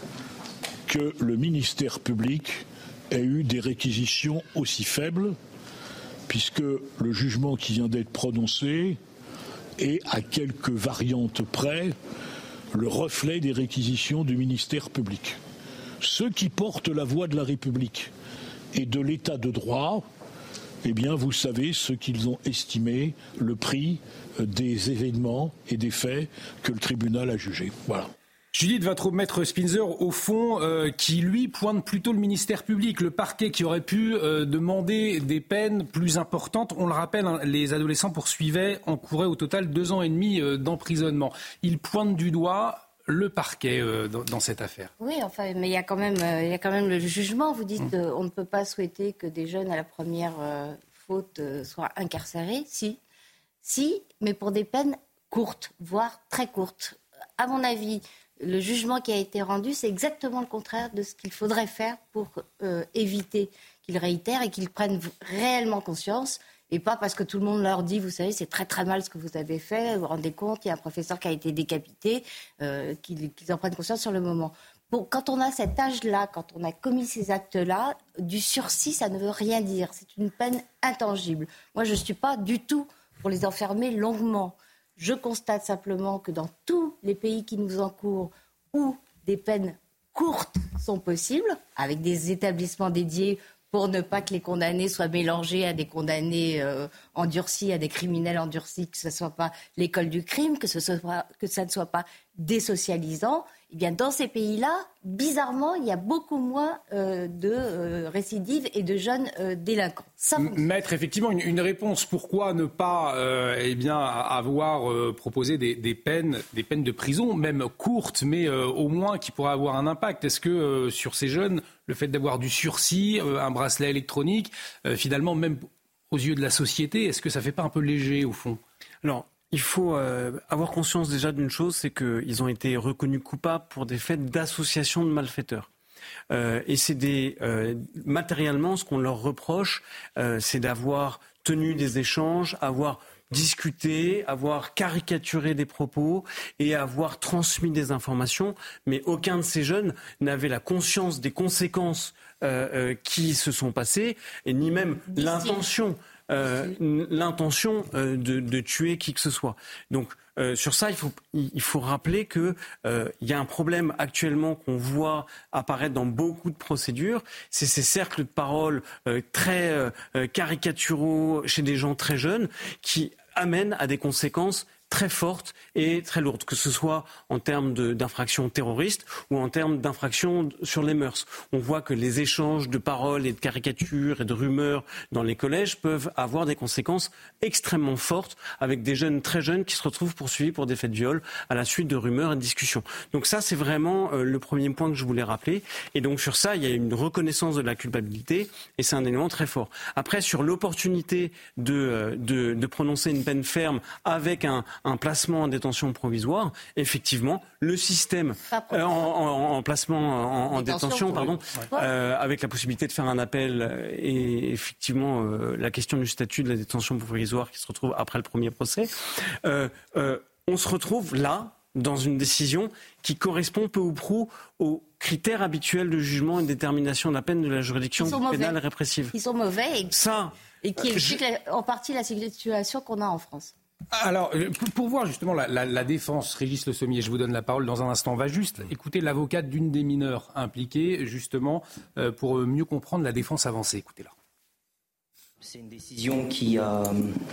que le ministère public ait eu des réquisitions aussi faibles, puisque le jugement qui vient d'être prononcé est, à quelques variantes près, le reflet des réquisitions du ministère public. Ceux qui portent la voix de la République et de l'état de droit, eh bien, vous savez ce qu'ils ont estimé le prix des événements et des faits que le tribunal a jugés. Voilà. Judith, votre maître Spinzer, au fond, euh, qui lui pointe plutôt le ministère public, le parquet qui aurait pu euh, demander des peines plus importantes. On le rappelle, hein, les adolescents poursuivaient, encouraient au total deux ans et demi euh, d'emprisonnement. Il pointe du doigt le parquet euh, dans, dans cette affaire. Oui, enfin, mais il y a quand même, euh, il y a quand même le jugement. Vous dites mmh. euh, on ne peut pas souhaiter que des jeunes à la première euh, faute euh, soient incarcérés. Si, si, mais pour des peines courtes, voire très courtes. À mon avis, le jugement qui a été rendu, c'est exactement le contraire de ce qu'il faudrait faire pour euh, éviter qu'ils réitèrent et qu'ils prennent réellement conscience. Et pas parce que tout le monde leur dit, vous savez, c'est très très mal ce que vous avez fait, vous vous rendez compte, il y a un professeur qui a été décapité, euh, qu'ils, qu'ils en prennent conscience sur le moment. Bon, quand on a cet âge-là, quand on a commis ces actes-là, du sursis, ça ne veut rien dire. C'est une peine intangible. Moi, je ne suis pas du tout pour les enfermer longuement. Je constate simplement que dans tous les pays qui nous encourent, où des peines courtes sont possibles, avec des établissements dédiés, pour ne pas que les condamnés soient mélangés à des condamnés euh, endurcis, à des criminels endurcis, que ce ne soit pas l'école du crime, que, ce soit, que ça ne soit pas désocialisant. Eh bien, dans ces pays-là, bizarrement, il y a beaucoup moins euh, de euh, récidives et de jeunes euh, délinquants. Ça Maître, effectivement, une, une réponse. Pourquoi ne pas euh, eh bien, avoir euh, proposé des, des, peines, des peines de prison, même courtes, mais euh, au moins qui pourraient avoir un impact? Est-ce que euh, sur ces jeunes, le fait d'avoir du sursis, euh, un bracelet électronique, euh, finalement, même aux yeux de la société, est-ce que ça ne fait pas un peu léger, au fond? Alors, il faut euh, avoir conscience déjà d'une chose, c'est qu'ils ont été reconnus coupables pour des faits d'association de malfaiteurs. Euh, et c'est des, euh, matériellement, ce qu'on leur reproche, euh, c'est d'avoir tenu des échanges, avoir discuté, avoir caricaturé des propos et avoir transmis des informations. Mais aucun de ces jeunes n'avait la conscience des conséquences euh, euh, qui se sont passées, et ni même l'intention. Euh, l'intention euh, de, de tuer qui que ce soit. Donc euh, sur ça, il faut, il faut rappeler qu'il euh, y a un problème actuellement qu'on voit apparaître dans beaucoup de procédures, c'est ces cercles de parole euh, très euh, caricaturaux chez des gens très jeunes qui amènent à des conséquences très fortes et très lourdes, que ce soit en termes de, d'infractions terroristes ou en termes d'infractions sur les mœurs. On voit que les échanges de paroles et de caricatures et de rumeurs dans les collèges peuvent avoir des conséquences extrêmement fortes, avec des jeunes très jeunes qui se retrouvent poursuivis pour des faits de viol à la suite de rumeurs et de discussions. Donc ça, c'est vraiment euh, le premier point que je voulais rappeler. Et donc sur ça, il y a une reconnaissance de la culpabilité et c'est un élément très fort. Après, sur l'opportunité de, de, de prononcer une peine ferme avec un, un placement en détention provisoire, effectivement, le système euh, en, en, en placement en, en détention, pardon, euh, avec la possibilité de faire un appel et effectivement euh, la question du statut de la détention provisoire qui se retrouve après le premier procès, euh, euh, on se retrouve là dans une décision qui correspond peu ou prou aux critères habituels de jugement et de détermination de la peine de la juridiction pénale et répressive. Ils sont mauvais et, Ça, et qui expliquent je... en partie la situation qu'on a en France. Alors, pour voir justement la, la, la défense, Régis Le Sommier, je vous donne la parole dans un instant. On va juste écouter l'avocate d'une des mineures impliquées, justement, euh, pour mieux comprendre la défense avancée. Écoutez-la. C'est une décision qui, a,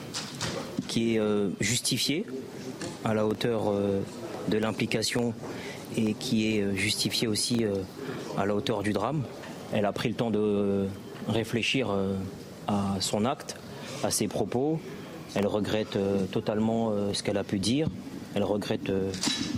qui est euh, justifiée à la hauteur euh, de l'implication et qui est justifiée aussi euh, à la hauteur du drame. Elle a pris le temps de réfléchir euh, à son acte, à ses propos. Elle regrette euh, totalement euh, ce qu'elle a pu dire. Elle regrette euh,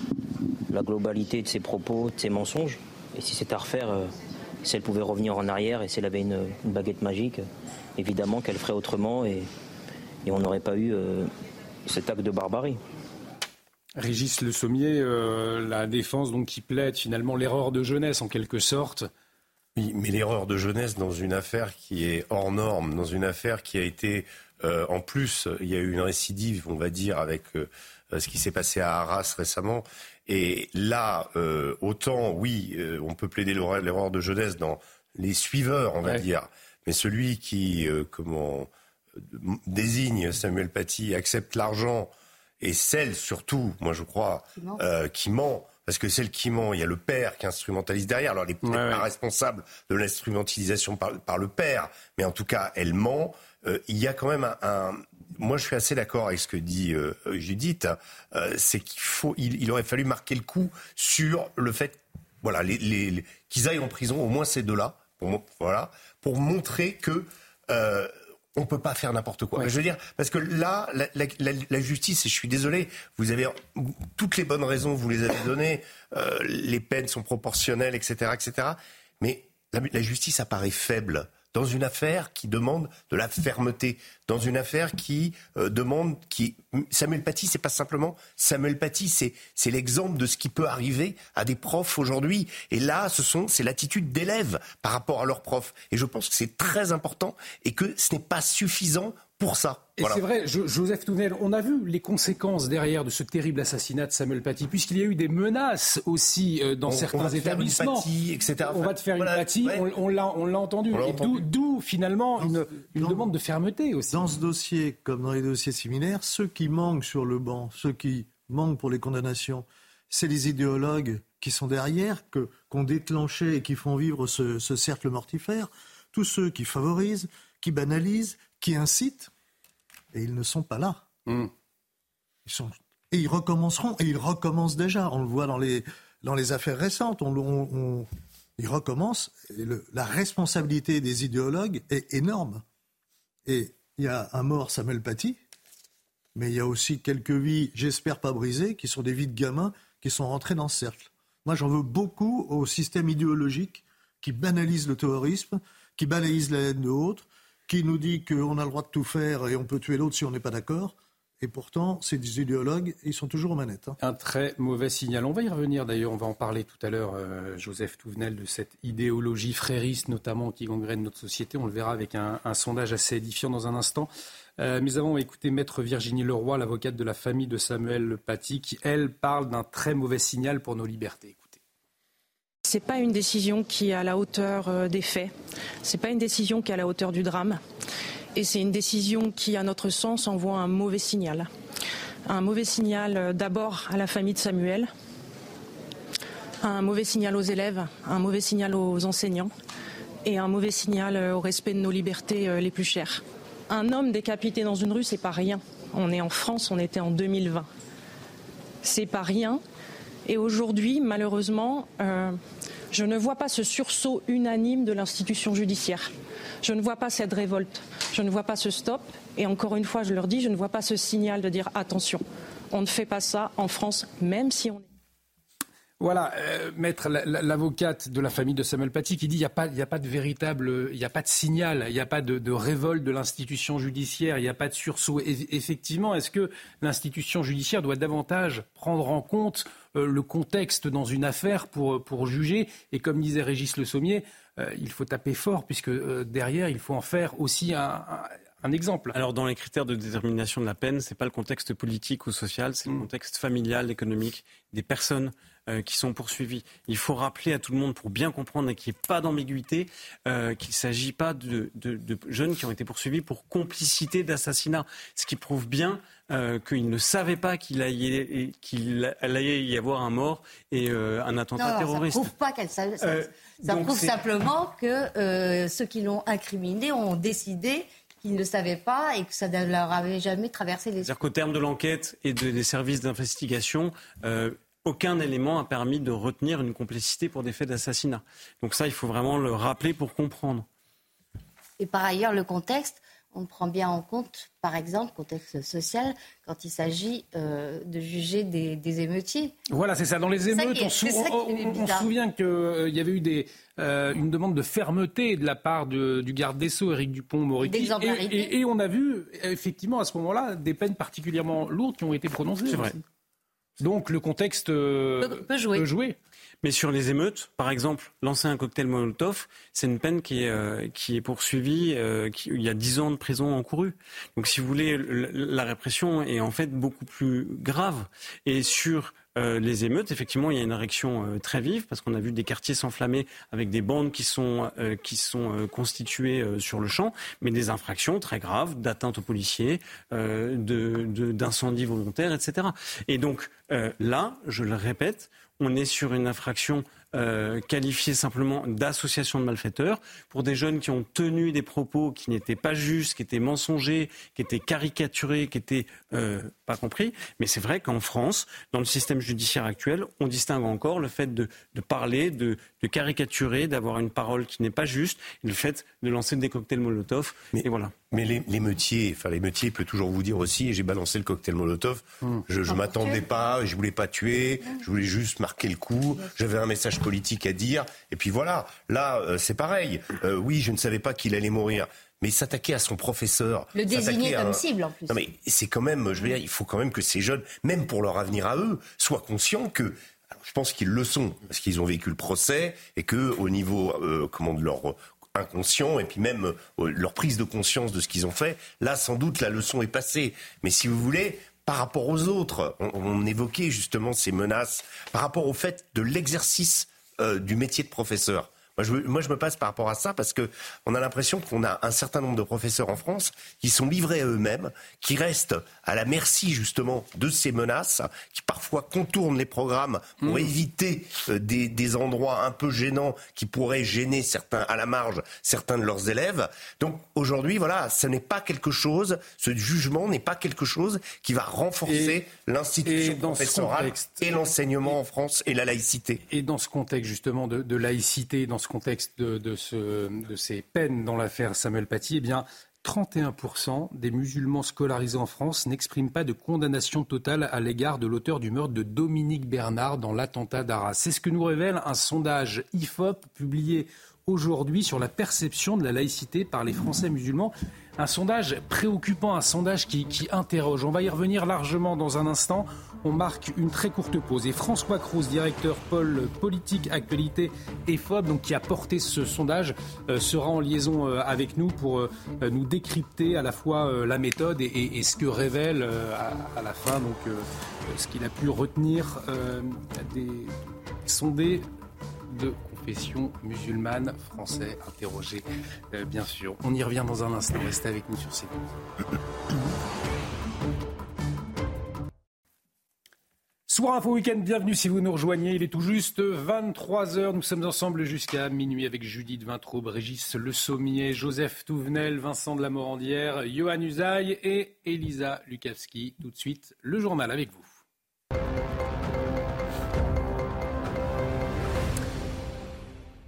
la globalité de ses propos, de ses mensonges. Et si c'est à refaire, euh, si elle pouvait revenir en arrière et si elle avait une, une baguette magique, évidemment qu'elle ferait autrement et, et on n'aurait pas eu euh, cet acte de barbarie. Régis Le Sommier, euh, la défense donc qui plaide finalement l'erreur de jeunesse en quelque sorte. Oui, mais l'erreur de jeunesse dans une affaire qui est hors norme, dans une affaire qui a été... Euh, en plus, il y a eu une récidive, on va dire, avec euh, ce qui s'est passé à Arras récemment. Et là, euh, autant, oui, euh, on peut plaider l'erreur de jeunesse dans les suiveurs, on va ouais. dire. Mais celui qui, euh, comment, désigne Samuel Paty, accepte l'argent, et celle surtout, moi je crois, qui ment. Euh, qui ment. Parce que celle qui ment, il y a le père qui instrumentalise derrière. Alors elle n'est peut-être ouais, pas ouais. responsable de l'instrumentalisation par, par le père, mais en tout cas, elle ment. Euh, il y a quand même un, un... Moi, je suis assez d'accord avec ce que dit euh, Judith. Euh, c'est qu'il faut, il, il aurait fallu marquer le coup sur le fait, voilà, les, les, les, qu'ils aillent en prison, au moins ces deux-là, pour, voilà, pour montrer que euh, on peut pas faire n'importe quoi. Ouais. Je veux dire, parce que là, la, la, la, la justice, et je suis désolé, vous avez toutes les bonnes raisons, vous les avez données. Euh, les peines sont proportionnelles, et cetera, et cetera. Mais la, la justice apparaît faible dans une affaire qui demande de la fermeté, dans une affaire qui euh, demande... Qui... Samuel Paty, c'est pas simplement Samuel Paty, c'est, c'est l'exemple de ce qui peut arriver à des profs aujourd'hui. Et là, ce sont, c'est l'attitude d'élèves par rapport à leurs profs. Et je pense que c'est très important et que ce n'est pas suffisant pour ça. Et voilà. C'est vrai, je, Joseph Touvenel, on a vu les conséquences derrière de ce terrible assassinat de Samuel Paty, puisqu'il y a eu des menaces aussi euh, dans on, certains on va établissements. Paty, et cetera. On va te faire voilà, une Paty, ouais. on, on, l'a, on l'a entendu. On l'a entendu. Et d'où, d'où finalement dans, une, une dans, demande de fermeté aussi. Dans ce dossier, comme dans les dossiers similaires, ceux qui manquent sur le banc, ceux qui manquent pour les condamnations, c'est les idéologues qui sont derrière, que, qu'on déclenché et qui font vivre ce, ce cercle mortifère. Tous ceux qui favorisent, qui banalisent, qui incitent. Et ils ne sont pas là. Mmh. Ils sont... Et ils recommenceront, et ils recommencent déjà. On le voit dans les, dans les affaires récentes. On, on, on... Ils recommencent. Et le, la responsabilité des idéologues est énorme. Et il y a un mort, Samuel Paty, mais il y a aussi quelques vies, j'espère pas brisées, qui sont des vies de gamins qui sont rentrés dans ce cercle. Moi, j'en veux beaucoup au système idéologique qui banalise le terrorisme, qui banalise la haine de l'autre, qui nous dit qu'on a le droit de tout faire et on peut tuer l'autre si on n'est pas d'accord. Et pourtant, c'est des idéologues, ils sont toujours aux manettes. Hein. Un très mauvais signal. On va y revenir d'ailleurs, on va en parler tout à l'heure, euh, Joseph Touvenel, de cette idéologie frériste notamment qui gangrène notre société. On le verra avec un, un sondage assez édifiant dans un instant. Euh, mais avant, on va écouter Maître Virginie Leroy, l'avocate de la famille de Samuel Paty, qui, elle, parle d'un très mauvais signal pour nos libertés. C'est pas une décision qui est à la hauteur des faits. C'est pas une décision qui est à la hauteur du drame. Et c'est une décision qui, à notre sens, envoie un mauvais signal. Un mauvais signal d'abord à la famille de Samuel, un mauvais signal aux élèves, un mauvais signal aux enseignants et un mauvais signal au respect de nos libertés les plus chères. Un homme décapité dans une rue, c'est pas rien. On est en France, on était en deux mille vingt. c'est pas rien. Et aujourd'hui, malheureusement, euh, je ne vois pas ce sursaut unanime de l'institution judiciaire. Je ne vois pas cette révolte. Je ne vois pas ce stop. Et encore une fois, je leur dis, je ne vois pas ce signal de dire attention, on ne fait pas ça en France, même si on est... Voilà, euh, maître, l'avocate de la famille de Samuel Paty qui dit qu'il n'y a pas, il n'y a pas de véritable, il n'y a pas de signal, il n'y a pas de, de révolte de l'institution judiciaire, il n'y a pas de sursaut. Et, effectivement, est-ce que l'institution judiciaire doit davantage prendre en compte euh, le contexte dans une affaire pour, pour juger ? Et comme disait Régis Le Sommier, euh, il faut taper fort puisque euh, derrière, il faut en faire aussi un... un Un exemple. Alors dans les critères de détermination de la peine, c'est pas le contexte politique ou social, c'est mmh. le contexte familial, économique, des personnes euh, qui sont poursuivies. Il faut rappeler à tout le monde, pour bien comprendre et qu'il n'y ait pas d'ambiguïté, euh, qu'il ne s'agit pas de, de, de jeunes qui ont été poursuivis pour complicité d'assassinat. Ce qui prouve bien euh, qu'ils ne savaient pas qu'il allait, qu'il allait y avoir un mort et euh, un attentat non, terroriste. Ça ne prouve pas qu'elle savait. Ça, euh, ça prouve c'est... simplement que euh, ceux qui l'ont incriminé ont décidé qu'ils ne savaient pas et que ça ne leur avait jamais traversé les... C'est-à-dire qu'au terme de l'enquête et de, des services d'investigation, euh, aucun élément a permis de retenir une complicité pour des faits d'assassinat. Donc ça, il faut vraiment le rappeler pour comprendre. Et par ailleurs, le contexte, on prend bien en compte, par exemple, contexte social, quand il s'agit euh, de juger des, des émeutiers. Voilà, c'est ça. Dans les émeutes, on, sou- on, on, on se souvient qu'il euh, y avait eu des, euh, une demande de fermeté de la part de, du garde des Sceaux, Éric Dupond-Moretti. Et, et, et on a vu, effectivement, à ce moment-là, des peines particulièrement lourdes qui ont été prononcées. C'est vrai. Donc le contexte euh, peut, peut, jouer. peut jouer. Mais sur les émeutes, par exemple, lancer un cocktail Molotov, c'est une peine qui est, euh, qui est poursuivie, euh, qui, il y a dix ans de prison encourue. Donc si vous voulez, la répression est en fait beaucoup plus grave. Et sur euh, les émeutes, effectivement, il y a une réaction euh, très vive, parce qu'on a vu des quartiers s'enflammer avec des bandes qui sont, euh, qui sont euh, constituées euh, sur le champ, mais des infractions très graves, d'atteinte aux policiers, euh, de, de, d'incendies volontaires, et cetera. Et donc euh, là, je le répète, on est sur une infraction euh, qualifiée simplement d'association de malfaiteurs pour des jeunes qui ont tenu des propos qui n'étaient pas justes, qui étaient mensongers, qui étaient caricaturés, qui étaient euh, pas compris. Mais c'est vrai qu'en France, dans le système judiciaire actuel, on distingue encore le fait de, de parler, de, de caricaturer, d'avoir une parole qui n'est pas juste, et le fait de lancer des cocktails Molotov. Mais, et voilà. Mais les, l'émeutier, enfin l'émeutier peut toujours vous dire aussi, j'ai balancé le cocktail Molotov, mmh. je, je m'attendais pas, je voulais pas tuer, je voulais juste marquer le coup, j'avais un message politique à dire, et puis voilà. Là, euh, c'est pareil. Euh, oui, je ne savais pas qu'il allait mourir. Mais s'attaquer à son professeur... Le désigner à... comme cible, en plus. Non, mais c'est quand même... Je veux dire, il faut quand même que ces jeunes, même pour leur avenir à eux, soient conscients que... Alors, je pense qu'ils le sont, parce qu'ils ont vécu le procès, et qu'au niveau euh, comment, de leur inconscient, et puis même euh, leur prise de conscience de ce qu'ils ont fait, là, sans doute, la leçon est passée. Mais si vous voulez... Par rapport aux autres, on, on évoquait justement ces menaces, par rapport au fait de l'exercice euh, du métier de professeur. Moi je, moi, je me passe par rapport à ça parce qu'on a l'impression qu'on a un certain nombre de professeurs en France qui sont livrés à eux-mêmes, qui restent à la merci justement de ces menaces, qui parfois contournent les programmes pour mmh. éviter euh, des, des endroits un peu gênants qui pourraient gêner certains à la marge certains de leurs élèves. Donc aujourd'hui, voilà, ce n'est pas quelque chose, ce jugement n'est pas quelque chose qui va renforcer et, l'institution et professorale et l'enseignement et, en France et la laïcité. Et dans ce contexte justement de, de laïcité, dans ce contexte de, de, ce, de ces peines dans l'affaire Samuel Paty, eh bien, trente et un pour cent des musulmans scolarisés en France n'expriment pas de condamnation totale à l'égard de l'auteur du meurtre de Dominique Bernard dans l'attentat d'Arras. C'est ce que nous révèle un sondage I F O P publié aujourd'hui sur la perception de la laïcité par les Français musulmans. Un sondage préoccupant, un sondage qui, qui interroge. On va y revenir largement dans un instant. On marque une très courte pause. Et François Crous, directeur pôle politique, actualité et F O B, donc qui a porté ce sondage, euh, sera en liaison euh, avec nous pour euh, nous décrypter à la fois euh, la méthode et, et, et ce que révèle euh, à, à la fin, donc euh, ce qu'il a pu retenir euh, des sondés de confession musulmane français interrogés, euh, bien sûr. On y revient dans un instant. Restez avec nous sur CNews. Soir Info Week-end, bienvenue si vous nous rejoignez. Il est tout juste vingt-trois heures. Nous sommes ensemble jusqu'à minuit avec Judith Vintraube, Régis Le Sommier, Joseph Touvenel, Vincent de la Morandière, Johan Usaï et Elisa Lukavski. Tout de suite, le journal avec vous.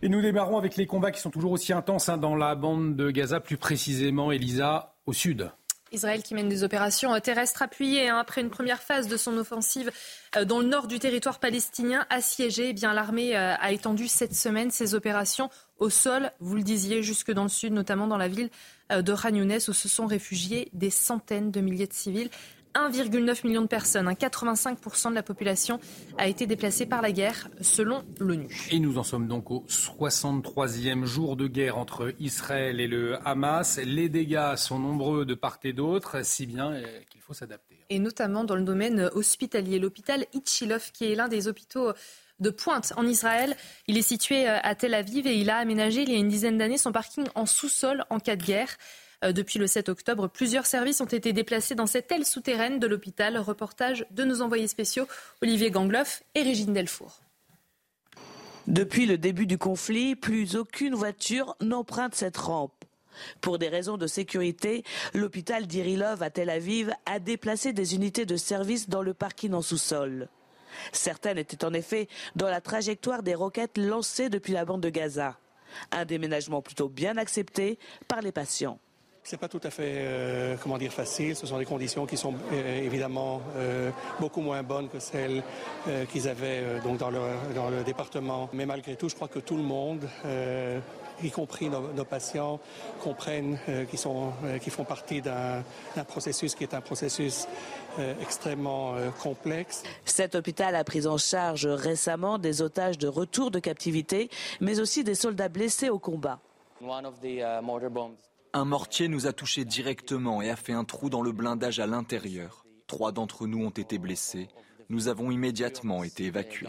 Et nous démarrons avec les combats qui sont toujours aussi intenses hein, dans la bande de Gaza, plus précisément, Elisa, au sud. Israël qui mène des opérations terrestres appuyées hein, après une première phase de son offensive dans le nord du territoire palestinien assiégé. Eh bien, l'armée a étendu cette semaine ses opérations au sol, vous le disiez, jusque dans le sud, notamment dans la ville de Khan Younes où se sont réfugiés des centaines de milliers de civils. un virgule neuf million de personnes, hein, quatre-vingt-cinq pour cent de la population a été déplacée par la guerre, selon l'ONU. Et nous en sommes donc au soixante-troisième jour de guerre entre Israël et le Hamas. Les dégâts sont nombreux de part et d'autre, si bien qu'il faut s'adapter. Et notamment dans le domaine hospitalier. L'hôpital Ichilov, qui est l'un des hôpitaux de pointe en Israël, il est situé à Tel Aviv et il a aménagé il y a une dizaine d'années son parking en sous-sol en cas de guerre. Depuis le sept octobre, plusieurs services ont été déplacés dans cette aile souterraine de l'hôpital. Reportage de nos envoyés spéciaux Olivier Gangloff et Régine Delfour. Depuis le début du conflit, plus aucune voiture n'emprunte cette rampe. Pour des raisons de sécurité, l'hôpital d'Irilov à Tel Aviv a déplacé des unités de service dans le parking en sous-sol. Certaines étaient en effet dans la trajectoire des roquettes lancées depuis la bande de Gaza. Un déménagement plutôt bien accepté par les patients. C'est pas tout à fait, euh, comment dire, facile. Ce sont des conditions qui sont euh, évidemment euh, beaucoup moins bonnes que celles euh, qu'ils avaient euh, donc dans le, dans le département. Mais malgré tout, je crois que tout le monde, euh, y compris nos, nos patients, comprennent euh, qu'ils sont, euh, qu'ils font partie d'un, d'un processus qui est un processus euh, extrêmement euh, complexe. Cet hôpital a pris en charge récemment des otages de retour de captivité, mais aussi des soldats blessés au combat. One of the, uh, mortar bombs. Un mortier nous a touchés directement et a fait un trou dans le blindage à l'intérieur. Trois d'entre nous ont été blessés. Nous avons immédiatement été évacués.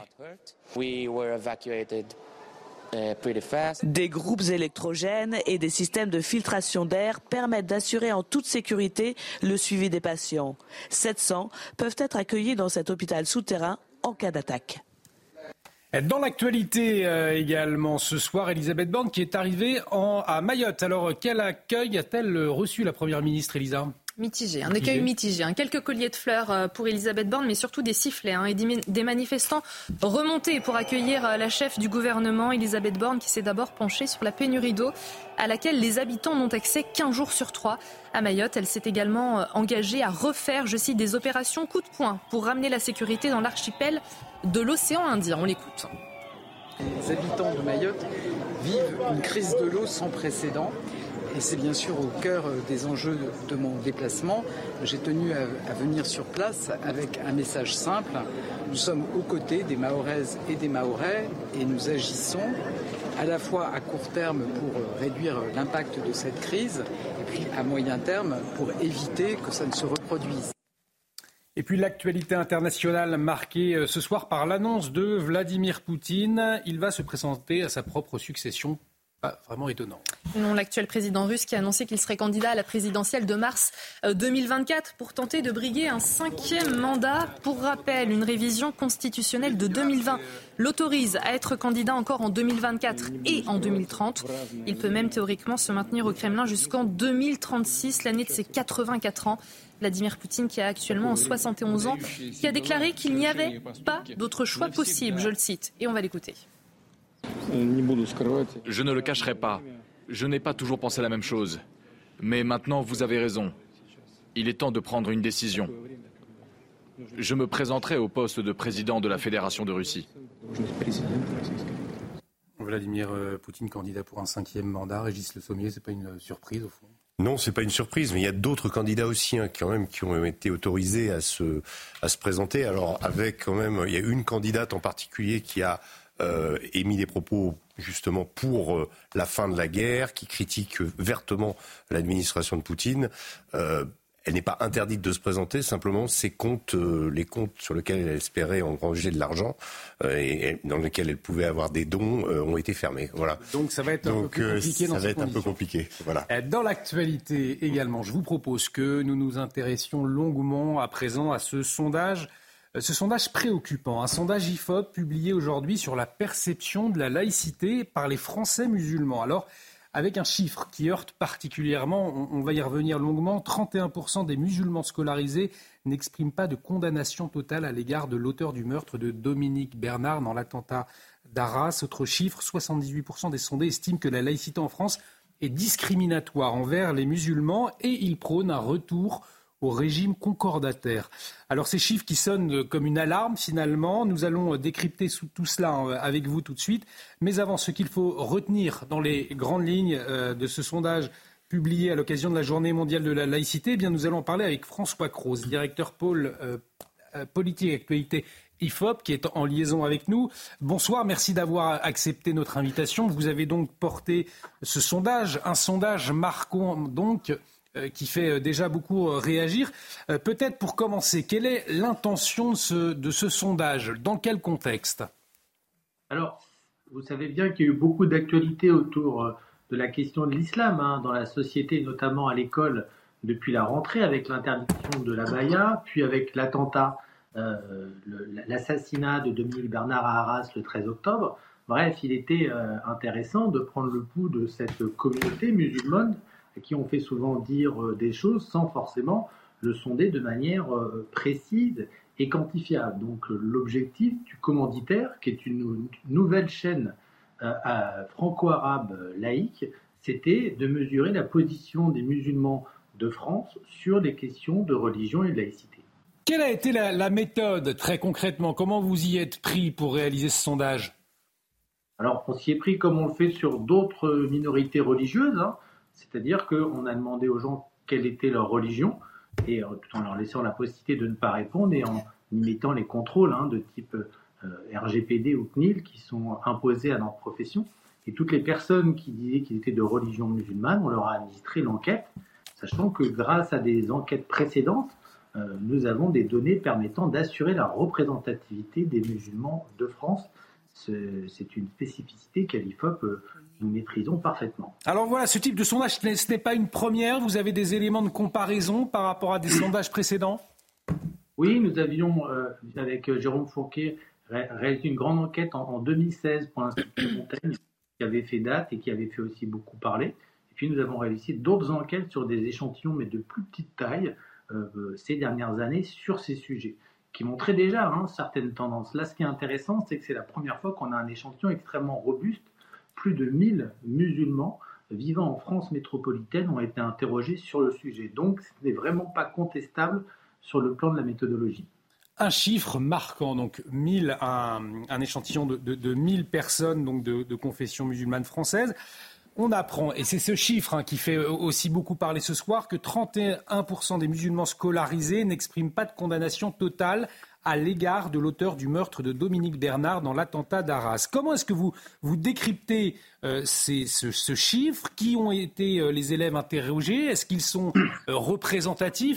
Des groupes électrogènes et des systèmes de filtration d'air permettent d'assurer en toute sécurité le suivi des patients. sept cents peuvent être accueillis dans cet hôpital souterrain en cas d'attaque. Dans l'actualité euh, également ce soir, Elisabeth Borne qui est arrivée en, à Mayotte. Alors quel accueil a-t-elle reçu la Première ministre, Elisa ? Mitigé, un accueil mitigé. Hein. Quelques colliers de fleurs pour Elisabeth Borne, mais surtout des sifflets hein, et des manifestants remontés pour accueillir la chef du gouvernement, Elisabeth Borne, qui s'est d'abord penchée sur la pénurie d'eau à laquelle les habitants n'ont accès qu'un jour sur trois. À Mayotte, elle s'est également engagée à refaire, je cite, des opérations coup de poing pour ramener la sécurité dans l'archipel de l'océan Indien. On l'écoute. Les habitants de Mayotte vivent une crise de l'eau sans précédent. Et c'est bien sûr au cœur des enjeux de mon déplacement. J'ai tenu à, à venir sur place avec un message simple. Nous sommes aux côtés des Mahoraises et des Mahorais et nous agissons à la fois à court terme pour réduire l'impact de cette crise et puis à moyen terme pour éviter que ça ne se reproduise. Et puis l'actualité internationale marquée ce soir par l'annonce de Vladimir Poutine. Il va se présenter à sa propre succession. Pas vraiment étonnant. Non, l'actuel président russe qui a annoncé qu'il serait candidat à la présidentielle de mars deux mille vingt-quatre pour tenter de briguer un cinquième mandat. Pour rappel, une révision constitutionnelle de deux mille vingt l'autorise à être candidat encore en deux mille vingt-quatre et en deux mille trente. Il peut même théoriquement se maintenir au Kremlin jusqu'en deux mille trente-six, l'année de ses quatre-vingt-quatre ans. Vladimir Poutine, qui a actuellement soixante et onze ans, qui a déclaré qu'il n'y avait pas d'autre choix possible, je le cite, et on va l'écouter. Je ne le cacherai pas. Je n'ai pas toujours pensé la même chose. Mais maintenant, vous avez raison. Il est temps de prendre une décision. Je me présenterai au poste de président de la Fédération de Russie. Vladimir Poutine, candidat pour un cinquième mandat. Régis Le Sommier, c'est pas une surprise au fond ? Non, c'est pas une surprise, mais il y a d'autres candidats aussi hein, quand même, qui ont été autorisés à se, à se présenter. Alors avec quand même, il y a une candidate en particulier qui a Euh, émis des propos justement pour euh, la fin de la guerre, qui critique euh, vertement l'administration de Poutine. Euh, elle n'est pas interdite de se présenter, simplement ses comptes, euh, les comptes sur lesquels elle espérait engranger de l'argent euh, et, et dans lesquels elle pouvait avoir des dons euh, ont été fermés. Voilà. Donc ça va être un Donc, peu plus compliqué. Euh, dans ça va être conditions. un peu compliqué. Voilà. Dans l'actualité également, je vous propose que nous nous intéressions longuement à présent à ce sondage. Ce sondage préoccupant, un sondage I F O P publié aujourd'hui sur la perception de la laïcité par les Français musulmans. Alors, avec un chiffre qui heurte particulièrement, on, on va y revenir longuement, trente et un pour cent des musulmans scolarisés n'expriment pas de condamnation totale à l'égard de l'auteur du meurtre de Dominique Bernard dans l'attentat d'Arras. Autre chiffre, soixante-dix-huit pour cent des sondés estiment que la laïcité en France est discriminatoire envers les musulmans et ils prônent un retour au régime concordataire. Alors ces chiffres qui sonnent comme une alarme finalement, nous allons décrypter tout cela avec vous tout de suite. Mais avant, ce qu'il faut retenir dans les grandes lignes de ce sondage publié à l'occasion de la Journée mondiale de la laïcité, eh bien nous allons en parler avec François Cros, directeur pôle euh, politique et actualité I F O P, qui est en liaison avec nous. Bonsoir, merci d'avoir accepté notre invitation. Vous avez donc porté ce sondage, un sondage marquant donc, euh, qui fait déjà beaucoup réagir. Euh, peut-être pour commencer, quelle est l'intention de ce, de ce sondage ? Dans quel contexte ? Alors, vous savez bien qu'il y a eu beaucoup d'actualités autour de la question de l'islam hein, dans la société, notamment à l'école, depuis la rentrée avec l'interdiction de l'abaya, puis avec l'attentat, euh, le, l'assassinat de Dominique Bernard à Arras le treize octobre. Bref, il était euh, intéressant de prendre le pouls de cette communauté musulmane à qui on fait souvent dire euh, des choses sans forcément le sonder de manière euh, précise et quantifiable. Donc euh, l'objectif du commanditaire, qui est une, une nouvelle chaîne euh, à franco-arabe laïque, c'était de mesurer la position des musulmans de France sur les questions de religion et de laïcité. Quelle a été la, la méthode, très concrètement ? Comment vous y êtes pris pour réaliser ce sondage ? Alors, on s'y est pris comme on le fait sur d'autres minorités religieuses, hein, c'est-à-dire qu'on a demandé aux gens quelle était leur religion, et euh, tout en leur laissant la possibilité de ne pas répondre, et en y mettant les contrôles hein, de type euh, R G P D ou C N I L qui sont imposés à notre profession. Et toutes les personnes qui disaient qu'ils étaient de religion musulmane, on leur a administré l'enquête, sachant que grâce à des enquêtes précédentes, euh, nous avons des données permettant d'assurer la représentativité des musulmans de France. C'est, c'est une spécificité qu'à l'I F O P, euh, nous maîtrisons parfaitement. Alors voilà, ce type de sondage, ce n'est pas une première. Vous avez des éléments de comparaison par rapport à des sondages précédents ? Oui, nous avions, euh, avec Jérôme Fourquet, ré- réalisé une grande enquête en, en deux mille seize pour l'Institut Montaigne, qui avait fait date et qui avait fait aussi beaucoup parler. Et puis nous avons réalisé d'autres enquêtes sur des échantillons, mais de plus petite taille, euh, ces dernières années sur ces sujets, qui montraient déjà hein, certaines tendances. Là, ce qui est intéressant, c'est que c'est la première fois qu'on a un échantillon extrêmement robuste. Plus de mille musulmans vivant en France métropolitaine ont été interrogés sur le sujet. Donc, ce n'est vraiment pas contestable sur le plan de la méthodologie. Un chiffre marquant, donc mille, un, un échantillon de, de, de mille personnes donc de, de confession musulmane française. On apprend, et c'est ce chiffre hein, qui fait aussi beaucoup parler ce soir, que trente et un pour cent des musulmans scolarisés n'expriment pas de condamnation totale à l'égard de l'auteur du meurtre de Dominique Bernard dans l'attentat d'Arras. Comment est-ce que vous, vous décryptez euh, ces, ce, ce chiffre ? Qui ont été euh, les élèves interrogés ? Est-ce qu'ils sont euh, représentatifs ?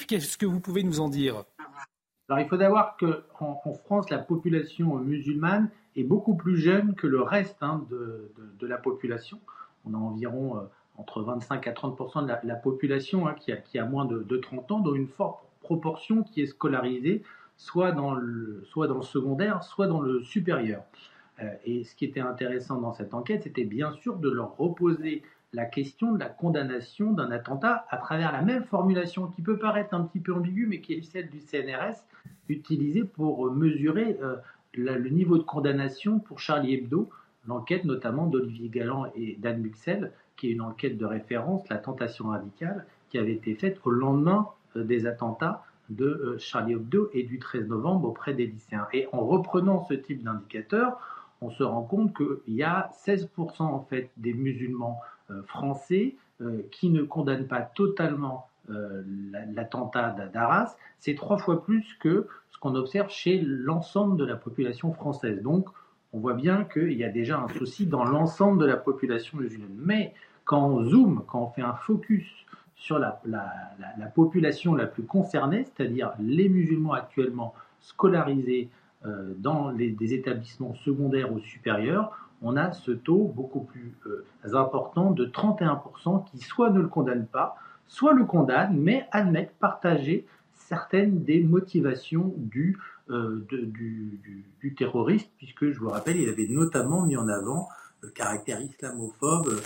Qu'est-ce que vous pouvez nous en dire ? Alors, il faut savoir qu'en en France, la population musulmane est beaucoup plus jeune que le reste hein, de, de, de la population. On a environ euh, entre vingt-cinq à trente pour cent de la, la population hein, qui, a, qui a moins de, de trente ans, dont une forte proportion qui est scolarisée, soit dans le, soit dans le secondaire, soit dans le supérieur. Euh, et ce qui était intéressant dans cette enquête, c'était bien sûr de leur reposer la question de la condamnation d'un attentat à travers la même formulation qui peut paraître un petit peu ambiguë, mais qui est celle du C N R S, utilisée pour mesurer euh, la, le niveau de condamnation pour Charlie Hebdo, l'enquête notamment d'Olivier Galland et d'Anne Muxel, qui est une enquête de référence, la tentation radicale, qui avait été faite au lendemain euh, des attentats de euh, Charlie Hebdo et du treize novembre auprès des lycéens. Et en reprenant ce type d'indicateur, on se rend compte qu'il y a seize pour cent en fait des musulmans euh, français euh, qui ne condamnent pas totalement euh, l'attentat d'Arras. C'est trois fois plus que ce qu'on observe chez l'ensemble de la population française. Donc, on voit bien qu'il y a déjà un souci dans l'ensemble de la population musulmane. Mais quand on zoome, quand on fait un focus sur la, la, la, la population la plus concernée, c'est-à-dire les musulmans actuellement scolarisés euh, dans les, des établissements secondaires ou supérieurs, on a ce taux beaucoup plus euh, important de trente et un pour cent qui soit ne le condamnent pas, soit le condamnent, mais admettent partager certaines des motivations du Euh, de, du, du, du terroriste, puisque je vous rappelle, il avait notamment mis en avant le caractère islamophobe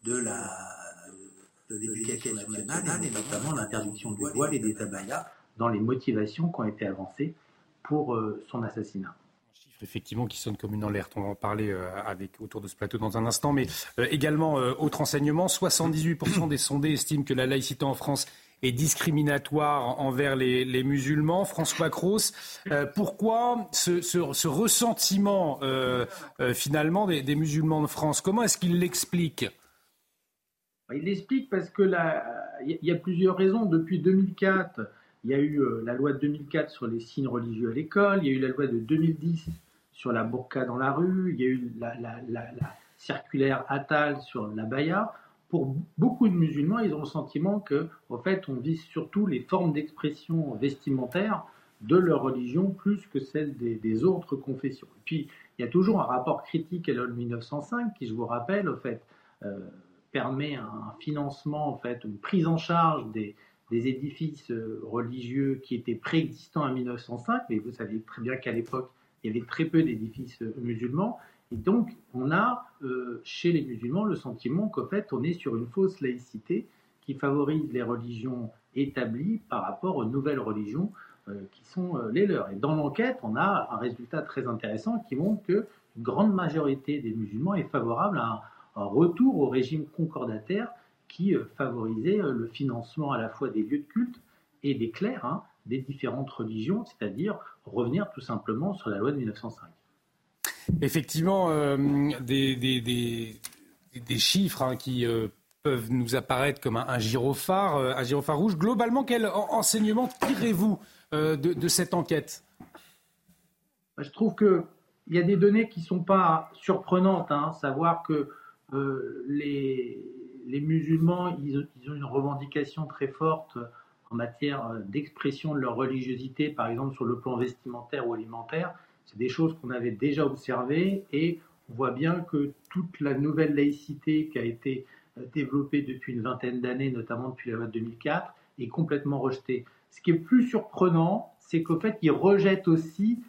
de la de l'éducation nationale et notamment l'interdiction du voile et des abayas dans les motivations qui ont été avancées pour euh, son assassinat. Effectivement, qui sonne comme une alerte. On va en parler euh, avec, autour de ce plateau dans un instant. Mais euh, également, euh, autre renseignement, soixante-dix-huit pour cent des sondés estiment que la laïcité en France est discriminatoire envers les, les musulmans. François Cros, euh, pourquoi ce, ce, ce ressentiment euh, euh, finalement des, des musulmans de France? Comment est-ce qu'il l'explique? Il l'explique parce que il y a plusieurs raisons. Depuis deux mille quatre, il y a eu euh, la loi de deux mille quatre sur les signes religieux à l'école. Il y a eu la loi de deux mille dix sur la burqa dans la rue. Il y a eu la, la, la, la circulaire Attal sur l'abaya. Pour beaucoup de musulmans, ils ont le sentiment que, en fait, on vise surtout les formes d'expression vestimentaire de leur religion plus que celles des, des autres confessions. Et puis, il y a toujours un rapport critique à la loi de mille neuf cent cinq qui, je vous rappelle, en fait, euh, permet un financement, en fait, une prise en charge des, des édifices religieux qui étaient préexistants à mille neuf cent cinq. Mais vous savez très bien qu'à l'époque, il y avait très peu d'édifices musulmans. Et donc, on a euh, chez les musulmans le sentiment qu'en fait, on est sur une fausse laïcité qui favorise les religions établies par rapport aux nouvelles religions euh, qui sont euh, les leurs. Et dans l'enquête, on a un résultat très intéressant qui montre qu'une grande majorité des musulmans est favorable à un, un retour au régime concordataire qui euh, favorisait euh, le financement à la fois des lieux de culte et des clercs, hein, des différentes religions, c'est-à-dire revenir tout simplement sur la loi de mille neuf cent cinq. Effectivement, euh, des, des, des, des chiffres hein, qui euh, peuvent nous apparaître comme un, un gyrophare, euh, un gyrophare rouge. Globalement, quel enseignement tirez-vous euh, de, de cette enquête? Je trouve qu'il y a des données qui ne sont pas surprenantes. Hein, savoir que euh, les, les musulmans, ils, ils ont une revendication très forte en matière d'expression de leur religiosité, par exemple sur le plan vestimentaire ou alimentaire. C'est des choses qu'on avait déjà observées et on voit bien que toute la nouvelle laïcité qui a été développée depuis une vingtaine d'années, notamment depuis la loi de deux mille quatre, est complètement rejetée. Ce qui est plus surprenant, c'est qu'en fait, ils rejettent aussi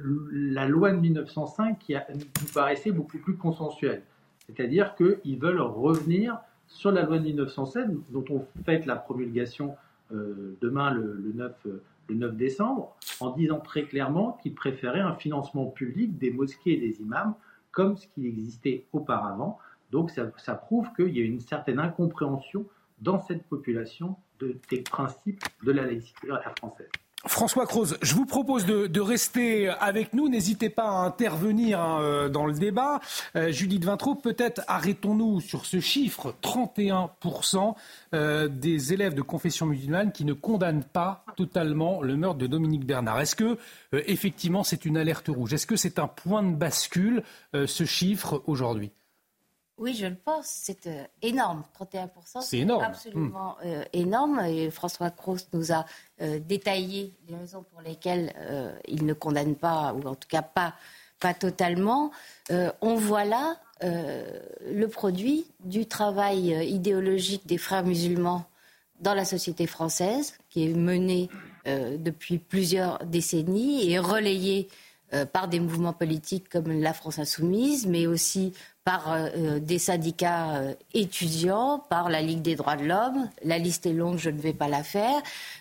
la loi de mille neuf cent cinq qui a, nous paraissait beaucoup plus consensuelle. C'est-à-dire qu'ils veulent revenir sur la loi de mille neuf cent sept, dont on fête la promulgation euh, demain le, le neuf le neuf décembre, en disant très clairement qu'ils préféraient un financement public des mosquées et des imams comme ce qui existait auparavant. Donc ça, ça prouve qu'il y a une certaine incompréhension dans cette population de, des principes de la laïcité à la française. François Cros, je vous propose de, de rester avec nous. N'hésitez pas à intervenir hein, dans le débat. Euh, Judith Vintraud, peut-être arrêtons-nous sur ce chiffre. trente et un pour cent euh, des élèves de confession musulmane qui ne condamnent pas totalement le meurtre de Dominique Bernard. Est-ce que, euh, effectivement, c'est une alerte rouge? Est-ce que c'est un point de bascule, euh, ce chiffre, aujourd'hui? Oui, je le pense. C'est euh, énorme. trente et un pour cent, c'est, c'est énorme. absolument euh, énorme. Et François Cros nous a euh, détaillé les raisons pour lesquelles euh, il ne condamne pas, ou en tout cas pas, pas totalement. Euh, on voit là euh, le produit du travail euh, idéologique des frères musulmans dans la société française, qui est mené euh, depuis plusieurs décennies et relayé euh, par des mouvements politiques comme la France Insoumise, mais aussi par euh, des syndicats euh, étudiants, par la Ligue des droits de l'homme. La liste est longue, je ne vais pas la faire.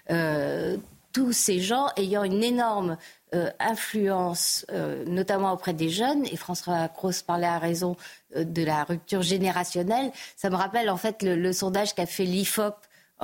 Euh, tous ces gens ayant une énorme euh, influence, euh, notamment auprès des jeunes, et François Cros parlait à raison euh, de la rupture générationnelle. Ça me rappelle en fait le, le sondage qu'a fait l'I F O P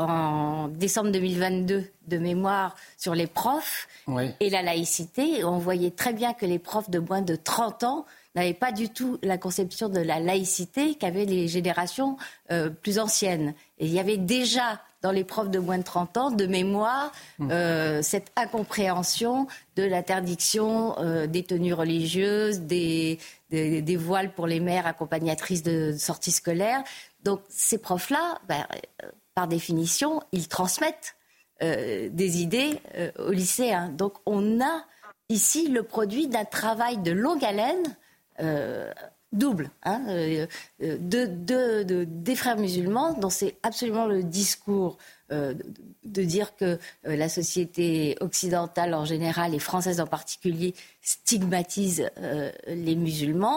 en décembre deux mille vingt-deux de mémoire sur les profs ouais. et la laïcité. On voyait très bien que les profs de moins de trente ans n'avaient pas du tout la conception de la laïcité qu'avaient les générations euh, plus anciennes. Et il y avait déjà dans les profs de moins de trente ans, de mémoire, euh, mmh. cette incompréhension de l'interdiction euh, des tenues religieuses, des, des, des voiles pour les mères accompagnatrices de, de sorties scolaires. Donc ces profs-là, ben, euh, par définition, ils transmettent euh, des idées euh, aux lycéens. Donc on a ici le produit d'un travail de longue haleine, Euh, double, hein, euh, de, de, de, des frères musulmans, dont c'est absolument le discours euh, de, de dire que euh, la société occidentale en général et française en particulier stigmatise euh, les musulmans.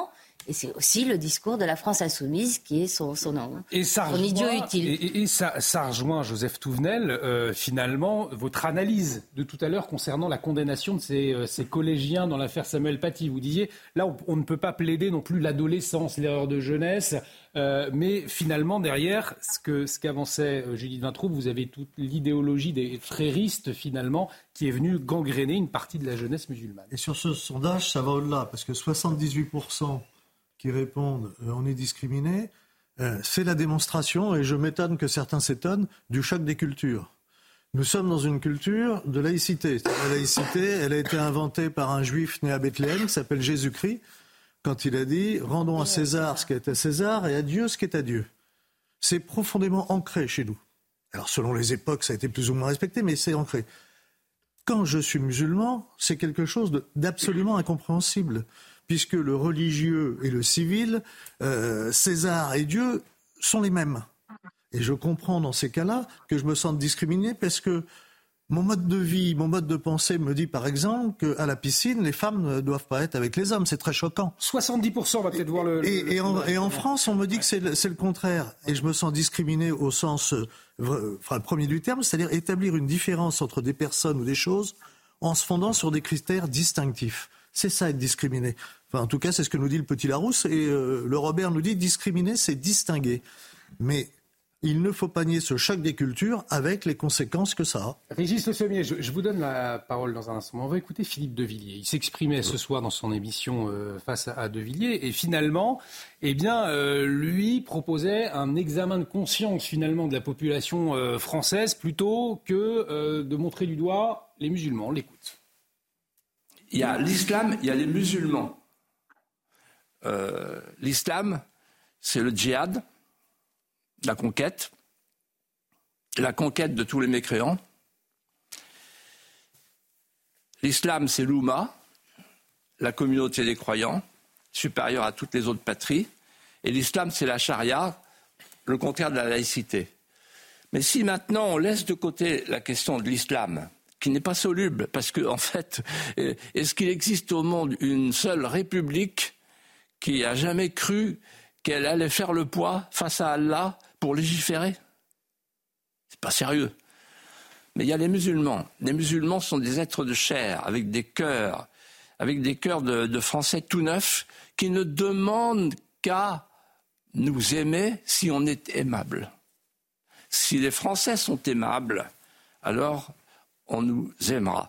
Et c'est aussi le discours de la France insoumise qui est son, son, et ça son idiot rejoint, utile. Et, et, et ça, ça rejoint, Joseph Touvenel, euh, finalement, votre analyse de tout à l'heure concernant la condamnation de ces, euh, ces collégiens dans l'affaire Samuel Paty. Vous disiez, là, on, on ne peut pas plaider non plus l'adolescence, l'erreur de jeunesse, euh, mais finalement, derrière, ce, que, ce qu'avançait euh, Judith Vintraud, vous avez toute l'idéologie des fréristes, finalement, qui est venue gangréner une partie de la jeunesse musulmane. Et sur ce sondage, ça va au-delà, parce que soixante-dix-huit pour cent qui répondent euh, on est discriminé, euh, c'est la démonstration, et je m'étonne que certains s'étonnent, du choc des cultures. Nous sommes dans une culture de laïcité. La laïcité, elle a été inventée par un juif né à Bethléem qui s'appelle Jésus-Christ, quand il a dit « Rendons à César ce qui est à César et à Dieu ce qui est à Dieu ». C'est profondément ancré chez nous. Alors selon les époques, ça a été plus ou moins respecté, mais c'est ancré. Quand je suis musulman, c'est quelque chose de, d'absolument incompréhensible, puisque le religieux et le civil, euh, César et Dieu, sont les mêmes. Et je comprends dans ces cas-là que je me sente discriminé parce que mon mode de vie, mon mode de pensée me dit par exemple qu'à la piscine, les femmes ne doivent pas être avec les hommes. C'est très choquant. soixante-dix pour cent, on va peut-être voir le... Et, le... et, en, et en France, on me dit que c'est le, c'est le contraire. Et je me sens discriminé au sens, euh, enfin, le premier du terme, c'est-à-dire établir une différence entre des personnes ou des choses en se fondant sur des critères distinctifs. C'est ça, être discriminé. Enfin, en tout cas, c'est ce que nous dit le petit Larousse. Et euh, le Robert nous dit discriminer, c'est distinguer. Mais il ne faut pas nier ce choc des cultures avec les conséquences que ça a. Régis Le Sommier, je, je vous donne la parole dans un instant. On va écouter Philippe de Villiers. Il s'exprimait ce soir dans son émission euh, face à, à de Villiers. Et finalement, eh bien, euh, lui proposait un examen de conscience finalement de la population euh, française plutôt que euh, de montrer du doigt les musulmans. On l'écoute. Il y a l'islam, il y a les musulmans. Euh, l'islam, c'est le djihad, la conquête, la conquête de tous les mécréants. L'islam, c'est l'Oumma, la communauté des croyants, supérieure à toutes les autres patries. Et l'islam, c'est la charia, le contraire de la laïcité. Mais si maintenant on laisse de côté la question de l'islam, qui n'est pas soluble, parce que en fait, est-ce qu'il existe au monde une seule république qui a jamais cru qu'elle allait faire le poids face à Allah pour légiférer? C'est pas sérieux. Mais il y a les musulmans. Les musulmans sont des êtres de chair, avec des cœurs, avec des cœurs de, de Français tout neufs, qui ne demandent qu'à nous aimer si on est aimable. Si les Français sont aimables, alors on nous aimera.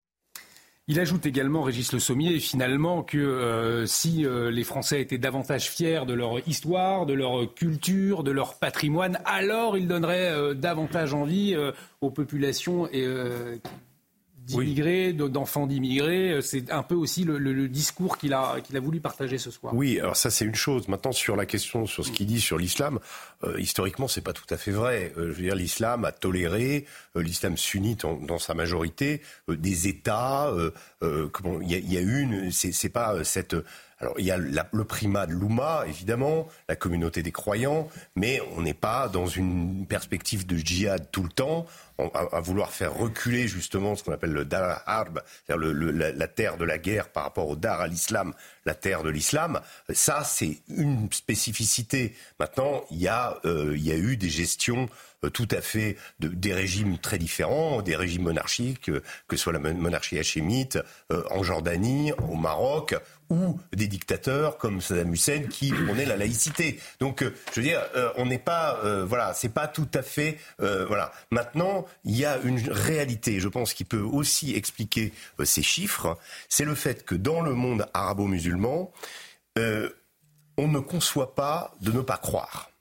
Il ajoute également, Régis Le Sommier, finalement, que euh, si euh, les Français étaient davantage fiers de leur histoire, de leur culture, de leur patrimoine, alors ils donneraient euh, davantage envie euh, aux populations et, euh, d'immigrés, oui. d'enfants d'immigrés. C'est un peu aussi le, le, le discours qu'il a, qu'il a voulu partager ce soir. Oui, alors ça c'est une chose. Maintenant sur la question, sur ce qu'il dit sur l'islam, euh, historiquement c'est pas tout à fait vrai. Euh, je veux dire, l'islam a toléré, euh, l'islam sunnite en, dans sa majorité, euh, des États. Euh, euh, comment, il y a, il y a une, c'est, c'est pas euh, cette. Alors, il y a la, le primat de l'Oumma, évidemment, la communauté des croyants, mais on n'est pas dans une perspective de djihad tout le temps, à, à vouloir faire reculer justement ce qu'on appelle le dar al-harb, c'est-à-dire le, le, la, la terre de la guerre par rapport au dar à l'islam, la terre de l'islam. Ça, c'est une spécificité. Maintenant, il y a, euh, il y a eu des gestions euh, tout à fait de, des régimes très différents, des régimes monarchiques, euh, que ce soit la monarchie hachémite, euh, en Jordanie, au Maroc, ou des dictateurs comme Saddam Hussein qui prônaient la laïcité. Donc, euh, je veux dire, euh, on n'est pas, euh, voilà, c'est pas tout à fait, euh, voilà. Maintenant, il y a une réalité, je pense, qui peut aussi expliquer euh, ces chiffres, c'est le fait que dans le monde arabo-musulman, euh, on ne conçoit pas de ne pas croire.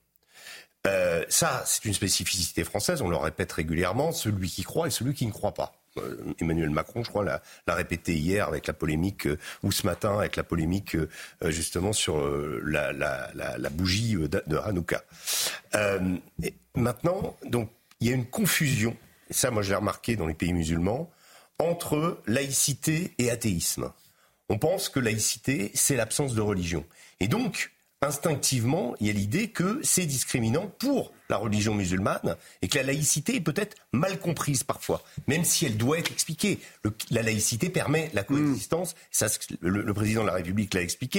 Euh, ça, c'est une spécificité française, on le répète régulièrement, celui qui croit et celui qui ne croit pas. Emmanuel Macron, je crois, l'a, l'a répété hier avec la polémique, euh, ou ce matin avec la polémique euh, justement sur euh, la, la, la, la bougie de, de Hanouka. Euh, et maintenant, donc, il y a une confusion, et ça, moi, je l'ai remarqué dans les pays musulmans, entre laïcité et athéisme. On pense que laïcité, c'est l'absence de religion. Et donc, instinctivement, il y a l'idée que c'est discriminant pour la religion musulmane et que la laïcité est peut-être mal comprise parfois, même si elle doit être expliquée. Le, la laïcité permet la coexistence, ça, le, le président de la République l'a expliqué,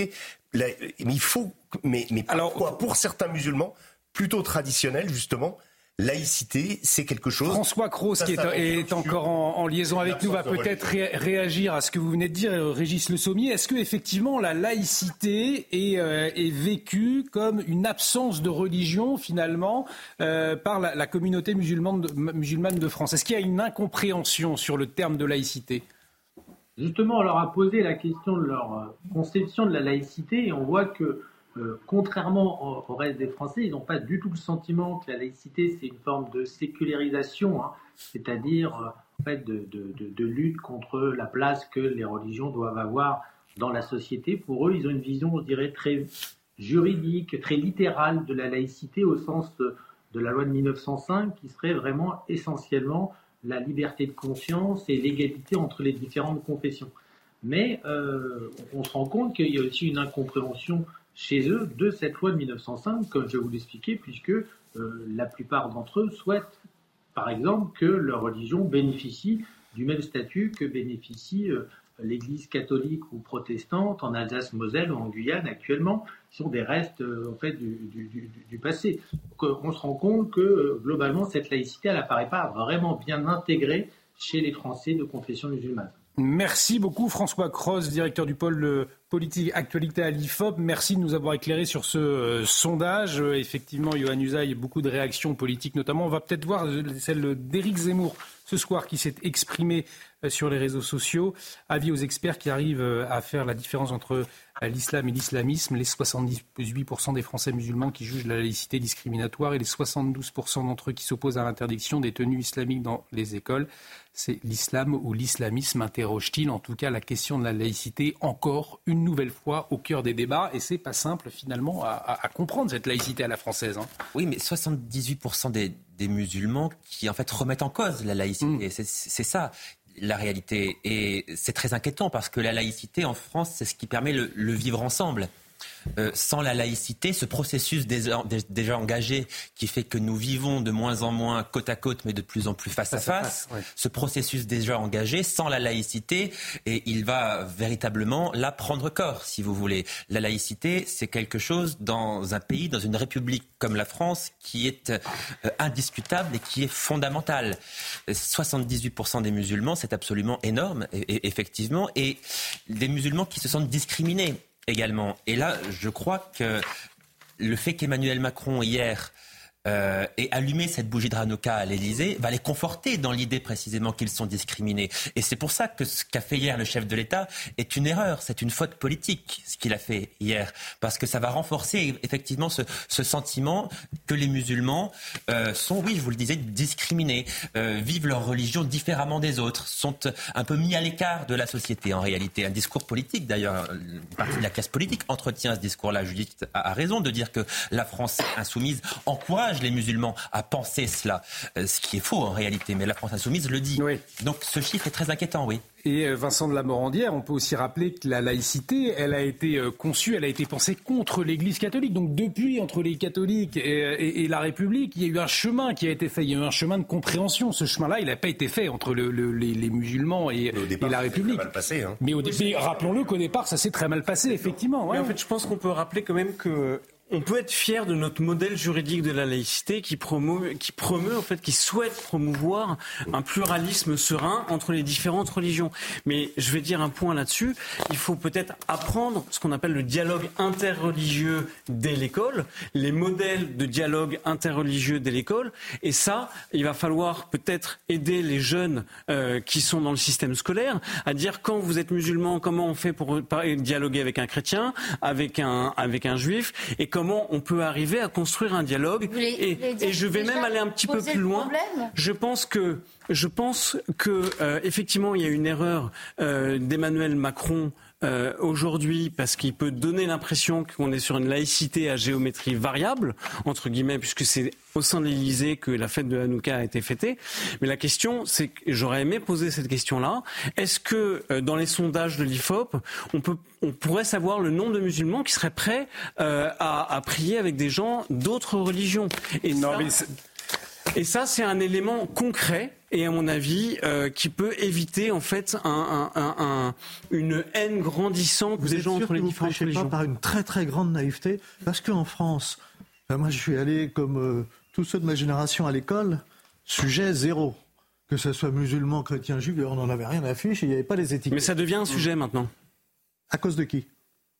la, mais il faut, mais, mais pourquoi Alors, pour certains musulmans plutôt traditionnels justement, laïcité, c'est quelque chose... François Cros, qui est, est encore en, en liaison avec nous, va peut-être ré- réagir à ce que vous venez de dire, Régis Le Sommier. Est-ce que effectivement la laïcité est, euh, est vécue comme une absence de religion, finalement, euh, par la, la communauté musulmane de, musulmane de France? Est-ce qu'il y a une incompréhension sur le terme de laïcité? Justement, on leur a posé la question de leur conception de la laïcité et on voit que Euh, contrairement au, au reste des Français, ils n'ont pas du tout le sentiment que la laïcité, c'est une forme de sécularisation, hein, c'est-à-dire euh, en fait, de, de, de, de lutte contre la place que les religions doivent avoir dans la société. Pour eux, ils ont une vision, je dirais, très juridique, très littérale de la laïcité au sens de, de la loi de mille neuf cent cinq, qui serait vraiment essentiellement la liberté de conscience et l'égalité entre les différentes confessions. Mais euh, on se rend compte qu'il y a aussi une incompréhension chez eux de cette loi de mille neuf cent cinq, comme je vais vous l'expliquer, puisque euh, la plupart d'entre eux souhaitent, par exemple, que leur religion bénéficie du même statut que bénéficie euh, l'Église catholique ou protestante en Alsace-Moselle ou en Guyane actuellement, qui sont des restes euh, en fait du, du, du, du passé. Donc, euh, on se rend compte que euh, globalement cette laïcité, elle n'apparaît pas vraiment bien intégrée chez les Français de confession musulmane. Merci beaucoup François Cros, directeur du pôle politique actualité à l'I F O P. Merci de nous avoir éclairé sur ce euh, sondage. Euh, effectivement, Yohann Usaï, beaucoup de réactions politiques notamment. On va peut-être voir celle d'Éric Zemmour ce soir qui s'est exprimé euh, sur les réseaux sociaux. Avis aux experts qui arrivent euh, à faire la différence entre euh, l'islam et l'islamisme. Les soixante-dix-huit pour cent des Français musulmans qui jugent la laïcité discriminatoire et les soixante-douze pour cent d'entre eux qui s'opposent à l'interdiction des tenues islamiques dans les écoles. C'est l'islam ou l'islamisme, interroge-t-il. En tout cas, la question de la laïcité, encore une nouvelle fois, au cœur des débats. Et c'est pas simple, finalement, à, à, à comprendre cette laïcité à la française. Hein. Oui, mais soixante-dix-huit pour cent des, des musulmans qui, en fait, remettent en cause la laïcité. Mmh. C'est, c'est ça, la réalité. Et c'est très inquiétant parce que la laïcité, en France, c'est ce qui permet le, le vivre ensemble. Euh, sans la laïcité, ce processus déjà, déjà engagé qui fait que nous vivons de moins en moins côte à côte mais de plus en plus face à face, face, face ouais. Ce processus déjà engagé, sans la laïcité, et il va véritablement là prendre corps, si vous voulez. La laïcité, c'est quelque chose dans un pays, dans une république comme la France, qui est euh, indiscutable et qui est fondamentale. soixante-dix-huit pour cent des musulmans, c'est absolument énorme, et, et, effectivement, et des musulmans qui se sentent discriminés également. Et là, je crois que le fait qu'Emmanuel Macron, hier, euh, ait allumé cette bougie de Hanouka à l'Élysée, va les conforter dans l'idée précisément qu'ils sont discriminés. Et c'est pour ça que ce qu'a fait hier le chef de l'État est une erreur, c'est une faute politique, ce qu'il a fait hier. Parce que ça va renforcer effectivement ce, ce sentiment que les musulmans euh, sont, oui, je vous le disais, discriminés, euh, vivent leur religion différemment des autres, sont un peu mis à l'écart de la société en réalité. Un discours politique, d'ailleurs, une partie de la classe politique entretient ce discours-là. Judith a, a raison de dire que la France insoumise encourage les musulmans à penser cela, euh, ce qui est faux en réalité, mais la France insoumise le dit. Oui. Donc ce chiffre est très inquiétant, oui. Et Vincent de la Morandière, on peut aussi rappeler que la laïcité, elle a été conçue, elle a été pensée contre l'Église catholique. Donc depuis, entre les catholiques et, et, et la République, il y a eu un chemin qui a été fait, il y a eu un chemin de compréhension. Ce chemin-là, il n'a pas été fait entre le, le, les, les musulmans et, départ, et la République. Ça s'est mal passé, hein. Mais, au dé- mais rappelons-le qu'au départ, ça s'est très mal passé, effectivement. Ouais. Mais en fait, je pense qu'on peut rappeler quand même que on peut être fier de notre modèle juridique de la laïcité qui promeut, qui promeut en fait, qui souhaite promouvoir un pluralisme serein entre les différentes religions. Mais je vais dire un point là-dessus. Il faut peut-être apprendre ce qu'on appelle le dialogue interreligieux dès l'école, les modèles de dialogue interreligieux dès l'école. Et ça, il va falloir peut-être aider les jeunes euh, qui sont dans le système scolaire à dire quand vous êtes musulman, comment on fait pour dialoguer avec un chrétien, avec un, avec un juif, et quand comment on peut arriver à construire un dialogue. Les, et, et je vais même aller un petit peu plus loin. Je pense que, je pense que euh, effectivement, il y a une erreur euh, d'Emmanuel Macron Euh, aujourd'hui, parce qu'il peut donner l'impression qu'on est sur une laïcité à géométrie variable, entre guillemets, puisque c'est au sein de l'Élysée que la fête de Hanouka a été fêtée. Mais la question, c'est que j'aurais aimé poser cette question-là. Est-ce que euh, dans les sondages de l'I F O P, on peut, on pourrait savoir le nombre de musulmans qui seraient prêts euh, à, à prier avec des gens d'autres religions? Et non, ça, mais c'est... Et ça, c'est un élément concret et, à mon avis, euh, qui peut éviter en fait un, un, un, un, une haine grandissante vous des gens entre les différentes religions. Vous ne prêchez pas par une très très grande naïveté, parce qu'en France, ben moi je suis allé comme euh, tous ceux de ma génération à l'école, sujet zéro. Que ce soit musulman, chrétien, juif, on n'en avait rien à fiche, il n'y avait pas les étiquettes. Mais ça devient un sujet maintenant. À cause de qui ?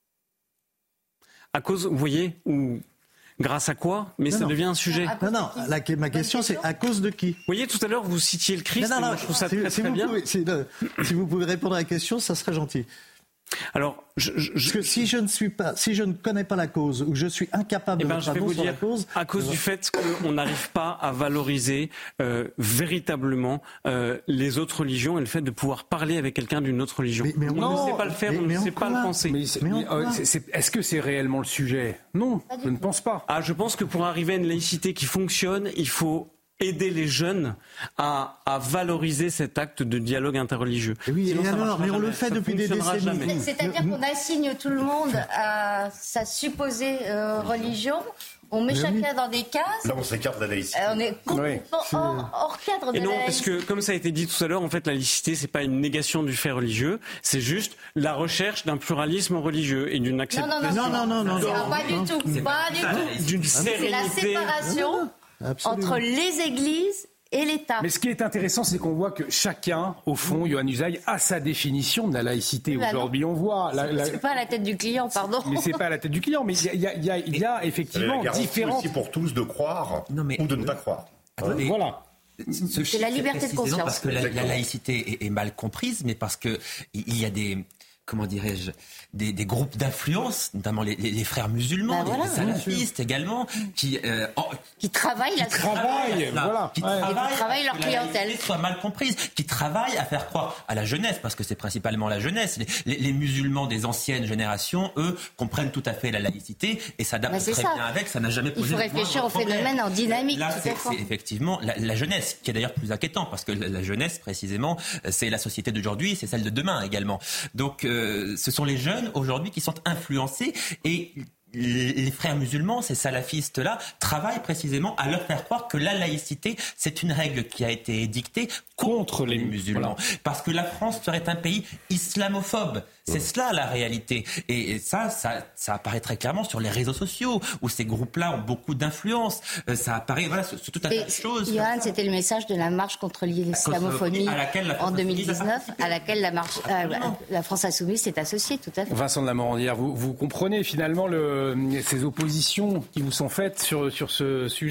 À cause, vous voyez, ou grâce à quoi ? Mais non, ça non. devient un sujet. Non, non, la, ma question c'est à cause de qui ? Vous voyez, tout à l'heure, vous citiez le Christ, non, non, non, je trouve ça si, très, si très vous bien. Pouvez, si, non, si vous pouvez répondre à la question, ça serait gentil. Alors, je, je, Parce que si je ne suis pas, si je ne connais pas la cause, ou je suis incapable eh de ben, mettre je vais un nom vous sur dire, la cause, à cause euh, du fait qu'on n'arrive pas à valoriser euh, véritablement euh, les autres religions et le fait de pouvoir parler avec quelqu'un d'une autre religion. Mais, mais on non, ne sait pas le faire, mais, on mais ne sait pas quoi le penser. Mais, mais mais euh, c'est, c'est, est-ce que c'est réellement le sujet ? Non, je ne pense pas. Ah, je pense que pour arriver à une laïcité qui fonctionne, il faut aider les jeunes à, à valoriser cet acte de dialogue interreligieux. Et oui, Sinon, et ça alors, mais on jamais. le fait Ça depuis des fonctionnera décennies. jamais. C'est-à-dire qu'on assigne tout le monde à sa supposée euh, religion. On met Mais chacun oui. dans des cases. Là, on s'écarte de la laïcité. Euh, on est complètement Oui. hors, hors cadre de Et non, la parce laïcité. que comme ça a été dit tout à l'heure, en fait, la laïcité, c'est pas une négation du fait religieux, c'est juste la recherche d'un pluralisme religieux et d'une Non, acceptation. non, non, non, non, non, C'est- non, pas non. du tout. Pas du tout. D'une C'est la sérénité. séparation Absolument. entre les églises et l'État. Mais ce qui est intéressant, c'est qu'on voit que chacun, au fond, Yohann Usaï, a sa définition de la laïcité. Là, Aujourd'hui, on voit... La, la... C'est pas à la tête du client, pardon. Mais c'est pas à la tête du client, mais il y a, il y a, il y a effectivement la garantie différentes... aussi pour tous de croire Non, mais- ou de ne pas croire. Attendez, Voilà. ce chiffre, la liberté de précisément conscience. Parce que la, la laïcité est, est mal comprise, mais parce que il y a des, comment dirais-je, des, des groupes d'influence, notamment les, les, les frères musulmans, Bah les, voilà. les salafistes également, qui euh, en- Qui travaillent la Travail, là, voilà. qui Ouais. travaillent, Et qui travaillent leur à ce que clientèle. la laïcité soit mal comprise, qui travaillent à faire croire à la jeunesse, parce que c'est principalement la jeunesse. Les, les- les musulmans des anciennes générations, eux, comprennent tout à fait la laïcité et s'adaptent Bah, c'est très ça. bien avec. Ça n'a jamais Il posé faut le réfléchir au moindre problème. phénomène en dynamique. Là, tout c'est, à fait. c'est effectivement la, la jeunesse, qui est d'ailleurs plus inquiétant, parce que la, la jeunesse, précisément, c'est la société d'aujourd'hui, c'est celle de demain également. Donc, euh, ce sont les jeunes aujourd'hui qui sont influencés et les, les frères musulmans, ces salafistes-là, travaillent précisément à leur faire croire que la laïcité, c'est une règle qui a été édictée contre les musulmans. Parce que la France serait un pays islamophobe. C'est cela la réalité. Et ça, ça, ça apparaît très clairement sur les réseaux sociaux, où ces groupes-là ont beaucoup d'influence. Euh, ça apparaît, voilà, sur, sur tout un tas de choses. Johan, c'était le message de la marche contre l'islamophobie à laquelle la France en deux mille dix-neuf, Insoumise a à laquelle la, marche, euh, la France Insoumise s'est associée, tout à fait. Vincent de la Morandière, vous, vous comprenez finalement le, ces oppositions qui vous sont faites sur, sur ce sujet ?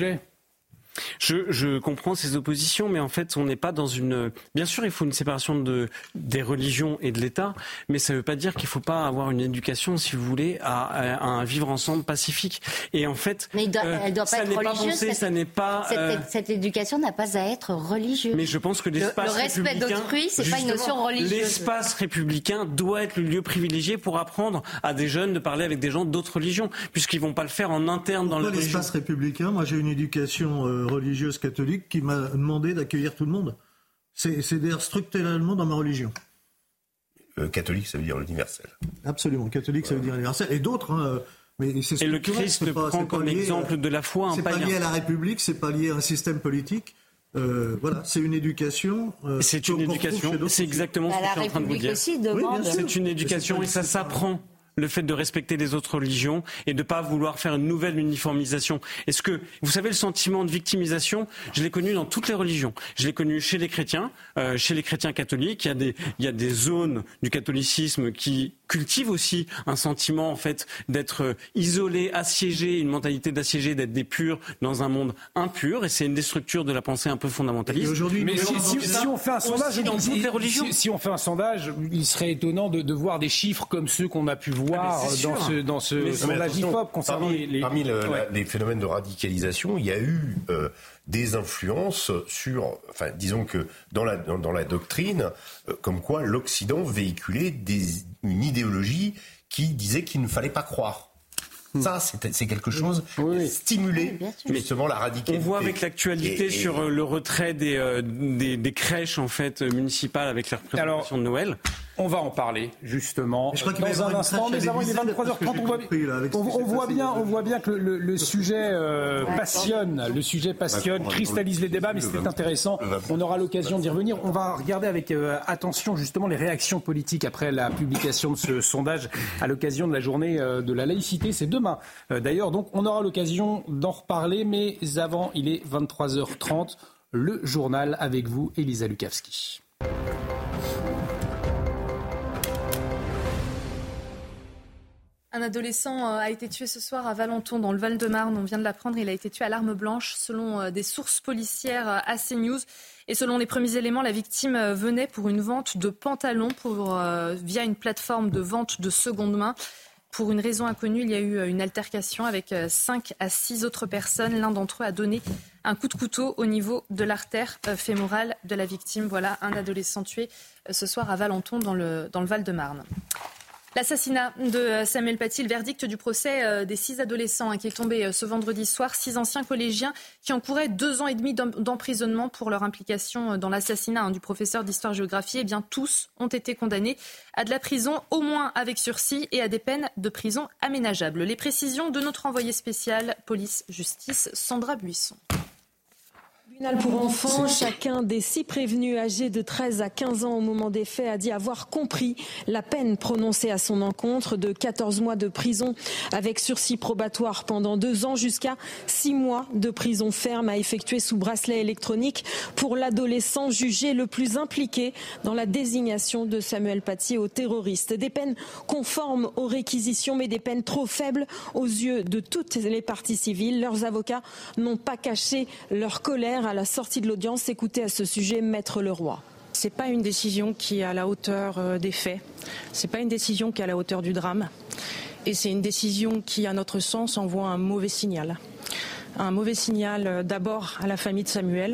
Je, je comprends ces oppositions, mais en fait, on n'est pas dans une... Bien sûr, il faut une séparation de, des religions et de l'État, mais ça ne veut pas dire qu'il ne faut pas avoir une éducation, si vous voulez, à, à, à un vivre ensemble pacifique. Et en fait, Mais il doit, euh, elle ne doit pas ça être n'est pas religieuse. pensé, cette, ça n'est pas... cette, euh, cette éducation n'a pas à être religieuse. Mais je pense que Le- l'espace le respect républicain, d'autrui, c'est pas une justement, notion religieuse. L'espace républicain doit être le lieu privilégié pour apprendre à des jeunes de parler avec des gens d'autres religions, puisqu'ils vont pas le faire en interne dans Pourquoi la religion. l'espace républicain? Moi, j'ai une éducation euh, religieuse catholique qui m'a demandé d'accueillir tout le monde. C'est, c'est d'ailleurs structurellement dans ma religion. Euh, catholique, ça veut dire universel. Absolument. Catholique, ça veut dire universel. Et d'autres, hein, mais c'est Et le structurel, Christ c'est pas- prend c'est pas comme lié, exemple euh, de la foi un c'est pas païen. lié à la République, c'est pas lié à un système politique. Euh, voilà, c'est une éducation. euh, C'est qu'on- une qu'on retrouve éducation, chez d'autres c'est exactement ce Bah, que la je suis en train de vous République dire. aussi demande- C'est une éducation et ça s'apprend. Le fait de respecter les autres religions et de ne pas vouloir faire une nouvelle uniformisation. Est-ce que, vous savez, le sentiment de victimisation, je l'ai connu dans toutes les religions. Je l'ai connu chez les chrétiens, euh, chez les chrétiens catholiques. Il y a des, il y a des zones du catholicisme qui cultivent aussi un sentiment, en fait, d'être isolé, assiégé, une mentalité d'assiégé, d'être des purs dans un monde impur. Et c'est une des structures de la pensée un peu fondamentaliste. Et aujourd'hui, Mais nous, si, on si- entend si ça on fait un sondage, aussi dans toutes les religions. Si, si on fait un sondage, il serait étonnant de, de voir des chiffres comme ceux qu'on a pu voir Ah, mais c'est dans sûr. ce dans ce Mais sondage attention, I F O P concernant parmi, les, les- parmi le- Ouais. la- les phénomènes de radicalisation, il y a eu euh, des influences sur, enfin, disons que dans la dans, dans la doctrine, euh, comme quoi l'Occident véhiculait des, une idéologie qui disait qu'il ne fallait pas croire. Ça, c'est, c'est quelque chose qui stimulait justement la radicalité. On voit avec l'actualité Et- et- sur euh, le retrait des, euh, des, des crèches en fait euh, municipales avec la représentation de Noël. On va en parler justement je crois qu'il dans un instant, mais avant il est vingt-trois heures trente. On voit, on, on voit bien, on voit bien que le, le sujet euh, passionne, le sujet passionne, cristallise les débats, mais c'était intéressant. On aura l'occasion d'y revenir. On va regarder avec euh, attention justement les réactions politiques après la publication de ce sondage à l'occasion de la journée euh, de la laïcité. C'est demain euh, d'ailleurs, donc on aura l'occasion d'en reparler. Mais avant, il est vingt-trois heures trente. Le journal avec vous, Elisa Lukavski. Un adolescent a été tué ce soir à Valenton, dans le Val-de-Marne. On vient de l'apprendre, il a été tué à l'arme blanche, selon des sources policières à CNews. Et selon les premiers éléments, la victime venait pour une vente de pantalons pour, euh, via une plateforme de vente de seconde main. Pour une raison inconnue, il y a eu une altercation avec cinq à six autres personnes. L'un d'entre eux a donné un coup de couteau au niveau de l'artère fémorale de la victime. Voilà un adolescent tué ce soir à Valenton, dans le, dans le Val-de-Marne. L'assassinat de Samuel Paty, le verdict du procès des six adolescents qui est tombé ce vendredi soir. Six anciens collégiens qui encouraient deux ans et demi d'emprisonnement pour leur implication dans l'assassinat du professeur d'histoire-géographie. Eh bien, tous ont été condamnés à de la prison, au moins avec sursis, et à des peines de prison aménageables. Les précisions de notre envoyée spéciale police-justice, Sandra Buisson. Tribunal pour enfants, chacun des six prévenus âgés de treize à quinze ans au moment des faits a dit avoir compris la peine prononcée à son encontre de quatorze mois de prison avec sursis probatoire pendant deux ans jusqu'à six mois de prison ferme à effectuer sous bracelet électronique pour l'adolescent jugé le plus impliqué dans la désignation de Samuel Paty au terroriste. Des peines conformes aux réquisitions mais des peines trop faibles aux yeux de toutes les parties civiles. Leurs avocats n'ont pas caché leur colère à la sortie de l'audience. Écoutez à ce sujet Maître Leroy. C'est pas une décision qui est à la hauteur des faits. C'est pas une décision qui est à la hauteur du drame. Et c'est une décision qui, à notre sens, envoie un mauvais signal. Un mauvais signal d'abord à la famille de Samuel,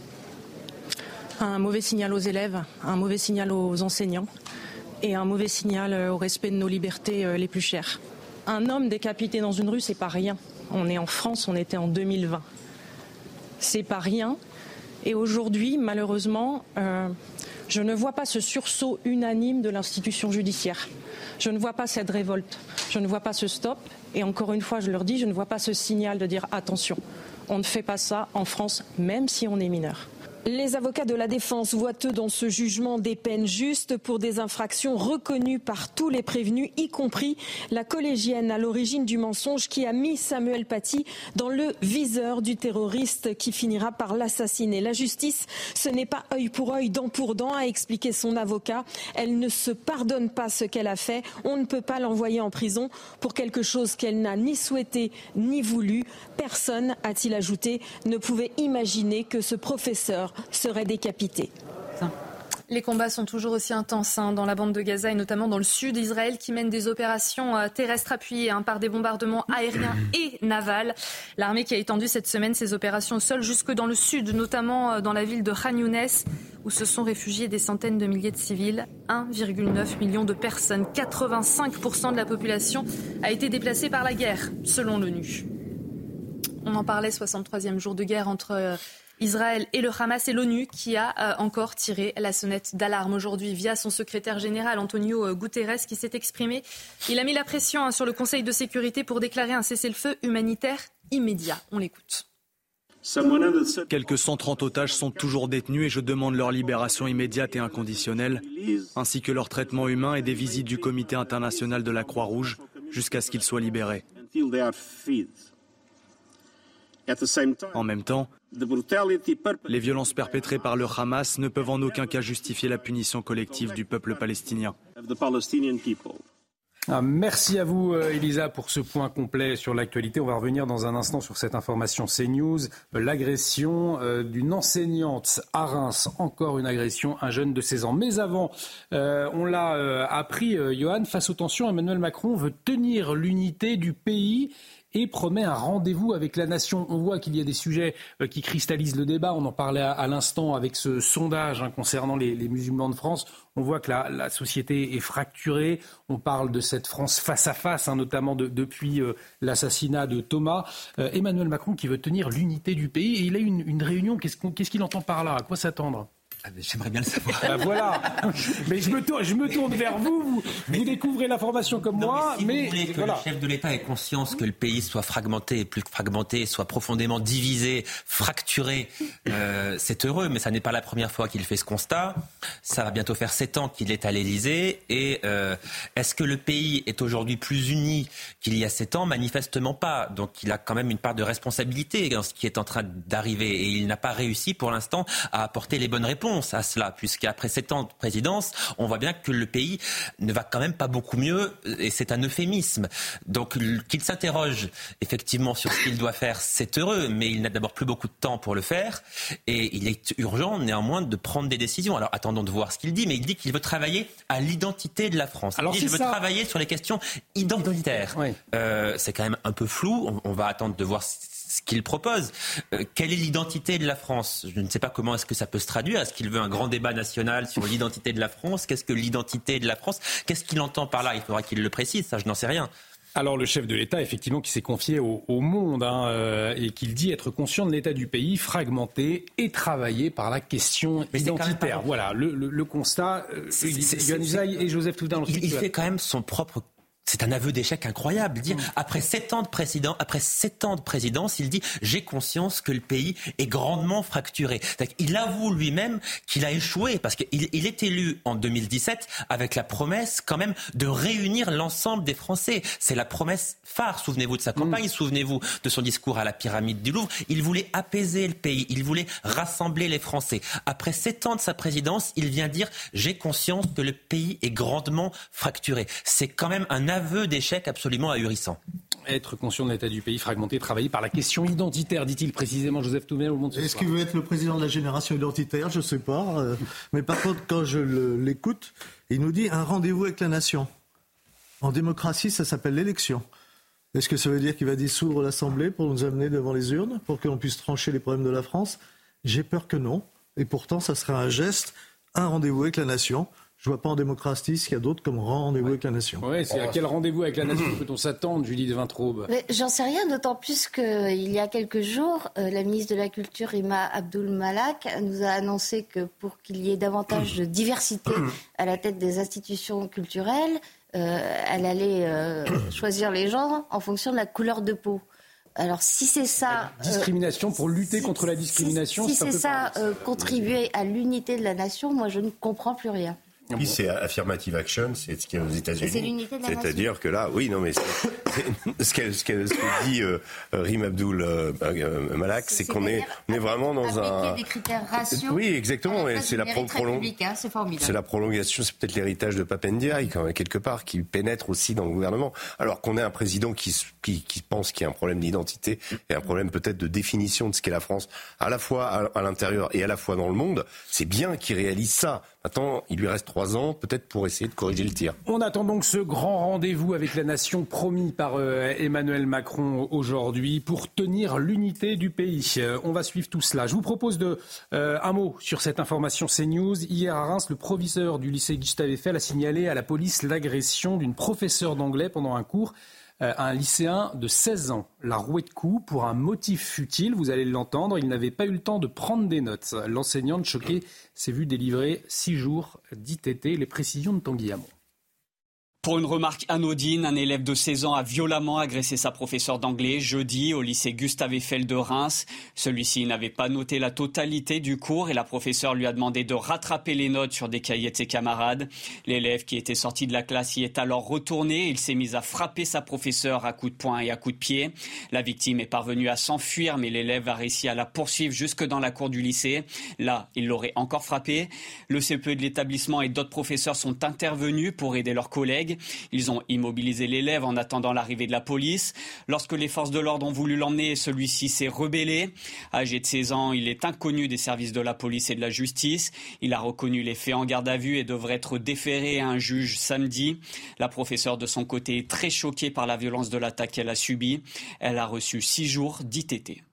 un mauvais signal aux élèves, un mauvais signal aux enseignants et un mauvais signal au respect de nos libertés les plus chères. Un homme décapité dans une rue, c'est pas rien. On est en France, on était en deux mille vingt. C'est pas rien. Et aujourd'hui, malheureusement, euh, je ne vois pas ce sursaut unanime de l'institution judiciaire. Je ne vois pas cette révolte. Je ne vois pas ce stop. Et encore une fois, je leur dis, je ne vois pas ce signal de dire attention, on ne fait pas ça en France, même si on est mineur. Les avocats de la défense voient eux dans ce jugement des peines justes pour des infractions reconnues par tous les prévenus, y compris la collégienne à l'origine du mensonge qui a mis Samuel Paty dans le viseur du terroriste qui finira par l'assassiner. La justice, ce n'est pas œil pour œil, dent pour dent, a expliqué son avocat. Elle ne se pardonne pas ce qu'elle a fait. On ne peut pas l'envoyer en prison pour quelque chose qu'elle n'a ni souhaité ni voulu. Personne, a-t-il ajouté, ne pouvait imaginer que ce professeur serait décapité. Les combats sont toujours aussi intenses hein, dans la bande de Gaza et notamment dans le sud d'Israël qui mène des opérations euh, terrestres appuyées hein, par des bombardements aériens et navals. L'armée qui a étendu cette semaine ses opérations au sol jusque dans le sud, notamment euh, dans la ville de Khan Younes où se sont réfugiés des centaines de milliers de civils. un virgule neuf million de personnes, quatre-vingt-cinq pour cent de la population a été déplacée par la guerre, selon l'ONU. On en parlait, soixante-troisième jour de guerre entre... Euh, Israël et le Hamas et l'ONU qui a euh, encore tiré la sonnette d'alarme aujourd'hui via son secrétaire général Antonio Guterres qui s'est exprimé. Il a mis la pression hein, sur le Conseil de sécurité pour déclarer un cessez-le-feu humanitaire immédiat. On l'écoute. Quelques cent trente otages sont toujours détenus et je demande leur libération immédiate et inconditionnelle, ainsi que leur traitement humain et des visites du Comité international de la Croix-Rouge jusqu'à ce qu'ils soient libérés. En même temps, les violences perpétrées par le Hamas ne peuvent en aucun cas justifier la punition collective du peuple palestinien. Ah, merci à vous, Elisa, pour ce point complet sur l'actualité. On va revenir dans un instant sur cette information CNews. L'agression euh, d'une enseignante à Reims. Encore une agression, un jeune de seize ans. Mais avant, euh, on l'a euh, appris, euh, Johan, face aux tensions, Emmanuel Macron veut tenir l'unité du pays et promet un rendez-vous avec la nation. On voit qu'il y a des sujets euh, qui cristallisent le débat. On en parlait à, à l'instant avec ce sondage hein, concernant les, les musulmans de France. On voit que la, la société est fracturée. On parle de cette France face à face, hein, notamment de, depuis euh, l'assassinat de Thomas. Euh, Emmanuel Macron qui veut tenir l'unité du pays. Et il a eu une, une réunion. Qu'est-ce, qu'on, qu'est-ce qu'il entend par là ? À quoi s'attendre ? J'aimerais bien le savoir. Ben voilà. Mais je me tourne, je me tourne vers vous. Vous, vous découvrez l'information comme non, moi. Mais si mais vous voulez que voilà. le chef de l'État ait conscience que le pays soit fragmenté, et plus que fragmenté, soit profondément divisé, fracturé, euh, c'est heureux. Mais ça n'est pas la première fois qu'il fait ce constat. Ça va bientôt faire sept ans qu'il est à l'Élysée. Et euh, est-ce que le pays est aujourd'hui plus uni qu'il y a sept ans ? Manifestement pas. Donc il a quand même une part de responsabilité dans ce qui est en train d'arriver. Et il n'a pas réussi pour l'instant à apporter les bonnes réponses à cela, puisqu'après sept ans de présidence, on voit bien que le pays ne va quand même pas beaucoup mieux, et c'est un euphémisme. Donc qu'il s'interroge effectivement sur ce qu'il doit faire, c'est heureux, mais il n'a d'abord plus beaucoup de temps pour le faire, et il est urgent néanmoins de prendre des décisions. Alors attendons de voir ce qu'il dit, mais il dit qu'il veut travailler à l'identité de la France. Alors, il dit, je veux ça. travailler sur les questions identitaires. Oui. Euh, c'est quand même un peu flou, on, on va attendre de voir ce qu'il propose. Euh, quelle est l'identité de la France ? Je ne sais pas comment est-ce que ça peut se traduire. Est-ce qu'il veut un grand débat national sur l'identité de la France ? Qu'est-ce que l'identité de la France ? Qu'est-ce qu'il entend par là ? Il faudra qu'il le précise, ça je n'en sais rien. Alors le chef de l'État, effectivement, qui s'est confié au, au Monde hein, euh, et qu'il dit être conscient de l'état du pays, fragmenté et travaillé par la question Mais identitaire. Voilà, le, le, le constat, euh, Yohann Usaï et Joseph Toudin. Il, il fait quand même son propre... C'est un aveu d'échec incroyable. Dire, après sept ans de président, après sept ans de présidence, il dit j'ai conscience que le pays est grandement fracturé. Il avoue lui-même qu'il a échoué parce qu'il il est élu en deux mille dix-sept avec la promesse quand même de réunir l'ensemble des Français. C'est la promesse phare. Souvenez-vous de sa campagne, mmh. souvenez-vous de son discours à la pyramide du Louvre. Il voulait apaiser le pays, il voulait rassembler les Français. Après sept ans de sa présidence, il vient dire j'ai conscience que le pays est grandement fracturé. C'est quand même un aveu d'échec absolument ahurissant. Être conscient de l'état du pays fragmenté, travailler par la question identitaire, dit-il précisément Joseph Toumel au Monde ce soir. Est-ce qu'il veut être le président de la génération identitaire ? Je ne sais pas. Euh, mais par contre, quand je le, l'écoute, il nous dit un rendez-vous avec la nation. En démocratie, ça s'appelle l'élection. Est-ce que ça veut dire qu'il va dissoudre l'Assemblée pour nous amener devant les urnes, pour qu'on puisse trancher les problèmes de la France ? J'ai peur que non. Et pourtant, ça serait un geste, un rendez-vous avec la nation. Je ne vois pas en démocratie ce qu'il y a d'autre comme rendez-vous ouais. avec la nation. Oui, c'est à quel rendez-vous avec la nation peut-on s'attendre, Julie de Vintraube ? J'en sais rien, d'autant plus qu'il y a quelques jours, euh, la ministre de la Culture, Rima Abdul Malak, nous a annoncé que pour qu'il y ait davantage de diversité à la tête des institutions culturelles, euh, elle allait euh, choisir les gens en fonction de la couleur de peau. Alors si c'est ça... La discrimination, euh, pour lutter si, contre la discrimination... Si, si c'est ça, euh, contribuer à l'unité de la nation, moi je ne comprends plus rien. Oui, c'est affirmative action, c'est ce qu'il y a aux États-Unis. C'est l'unité de la C'est-à-dire nation. que là, oui, non, mais c'est, c'est, ce, qu'elle, ce, qu'elle, ce que dit euh, Rim Abdul euh, euh, Malak, c'est, c'est qu'on est, on est vraiment dans un. des critères raciaux. Oui, exactement. Et c'est la pro- prolong... c'est formidable. C'est la prolongation, c'est peut-être l'héritage de Pape Ndiaye, quand même, quelque part, qui pénètre aussi dans le gouvernement. Alors qu'on ait un président qui, qui, qui pense qu'il y a un problème d'identité et un problème peut-être de définition de ce qu'est la France, à la fois à, à l'intérieur et à la fois dans le monde, c'est bien qu'il réalise ça. Maintenant, il lui reste trois ans, peut-être pour essayer de corriger le tir. On attend donc ce grand rendez-vous avec la nation promis par euh, Emmanuel Macron aujourd'hui pour tenir l'unité du pays. Euh, on va suivre tout cela. Je vous propose de, euh, un mot sur cette information CNews. Hier à Reims, le proviseur du lycée Gustave Eiffel a signalé à la police l'agression d'une professeure d'anglais pendant un cours. Euh, un lycéen de seize ans, la rouée de coups pour un motif futile, vous allez l'entendre, il n'avait pas eu le temps de prendre des notes. L'enseignante choquée s'est vue délivrer six jours d'I T T, les précisions de Tanguy Hamon. Pour une remarque anodine, un élève de seize ans a violemment agressé sa professeure d'anglais jeudi au lycée Gustave Eiffel de Reims. Celui-ci n'avait pas noté la totalité du cours et la professeure lui a demandé de rattraper les notes sur des cahiers de ses camarades. L'élève qui était sorti de la classe y est alors retourné. Il s'est mis à frapper sa professeure à coups de poing et à coups de pied. La victime est parvenue à s'enfuir, mais l'élève a réussi à la poursuivre jusque dans la cour du lycée. Là, il l'aurait encore frappé. Le C P E de l'établissement et d'autres professeurs sont intervenus pour aider leurs collègues. Ils ont immobilisé l'élève en attendant l'arrivée de la police. Lorsque les forces de l'ordre ont voulu l'emmener, celui-ci s'est rebellé. Âgé de seize ans, il est inconnu des services de la police et de la justice. Il a reconnu les faits en garde à vue et devrait être déféré à un juge samedi. La professeure de son côté est très choquée par la violence de l'attaque qu'elle a subie. Elle a reçu six jours d'I T T.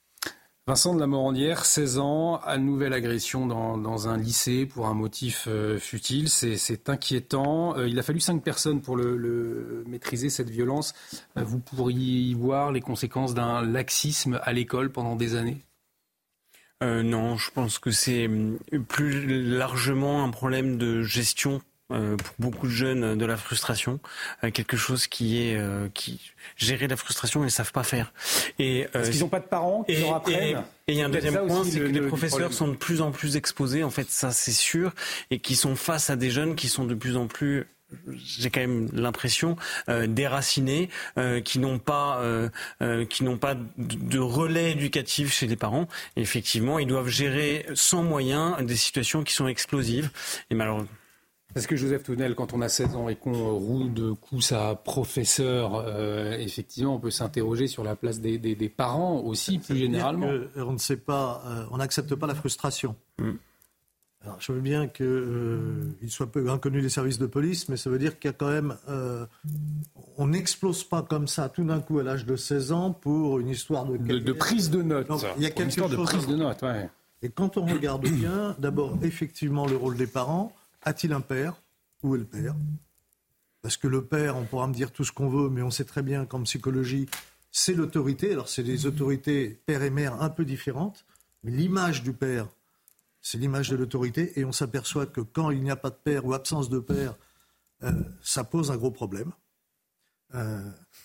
Vincent de la Morandière, seize ans, à nouvelle agression dans, dans un lycée pour un motif euh, futile. C'est, c'est inquiétant. Euh, il a fallu cinq personnes pour le, le maîtriser, cette violence. Euh, vous pourriez y voir les conséquences d'un laxisme à l'école pendant des années ? euh, Non, je pense que c'est plus largement un problème de gestion. Euh, pour beaucoup de jeunes, de la frustration, euh, quelque chose qui est euh, qui gérer la frustration, ils ne savent pas faire. Et euh, parce qu'ils n'ont pas de parents qui leur apprennent. Et il y a un deuxième point, c'est que le, les le, professeurs sont de plus en plus exposés, en fait, ça c'est sûr, et qui sont face à des jeunes qui sont de plus en plus, j'ai quand même l'impression, euh, déracinés, euh, qui n'ont pas, euh, euh, qui n'ont pas de, de relais éducatif chez les parents. Et effectivement, ils doivent gérer sans moyens des situations qui sont explosives. Et malheureusement. Parce que Joseph Tounel, quand on a seize ans et qu'on roule de coups sa professeur, euh, effectivement, on peut s'interroger sur la place des, des, des parents aussi, plus généralement. On ne sait pas, euh, on n'accepte pas la frustration. Mm. Alors, je veux bien qu'il euh, soit peu inconnu des services de police, mais ça veut dire qu'il y a quand même, euh, on n'explose pas comme ça tout d'un coup à l'âge de seize ans pour une histoire de de, de prise de notes. Donc, il y a quelque histoire chose de prise de notes. Ouais. Et quand on regarde bien, d'abord effectivement le rôle des parents. A-t-il un père? Où est le père? Parce que le père, on pourra me dire tout ce qu'on veut, mais on sait très bien qu'en psychologie, c'est l'autorité. Alors, c'est des autorités père et mère un peu différentes, mais l'image du père, c'est l'image de l'autorité. Et on s'aperçoit que quand il n'y a pas de père ou absence de père, euh, ça pose un gros problème. Euh,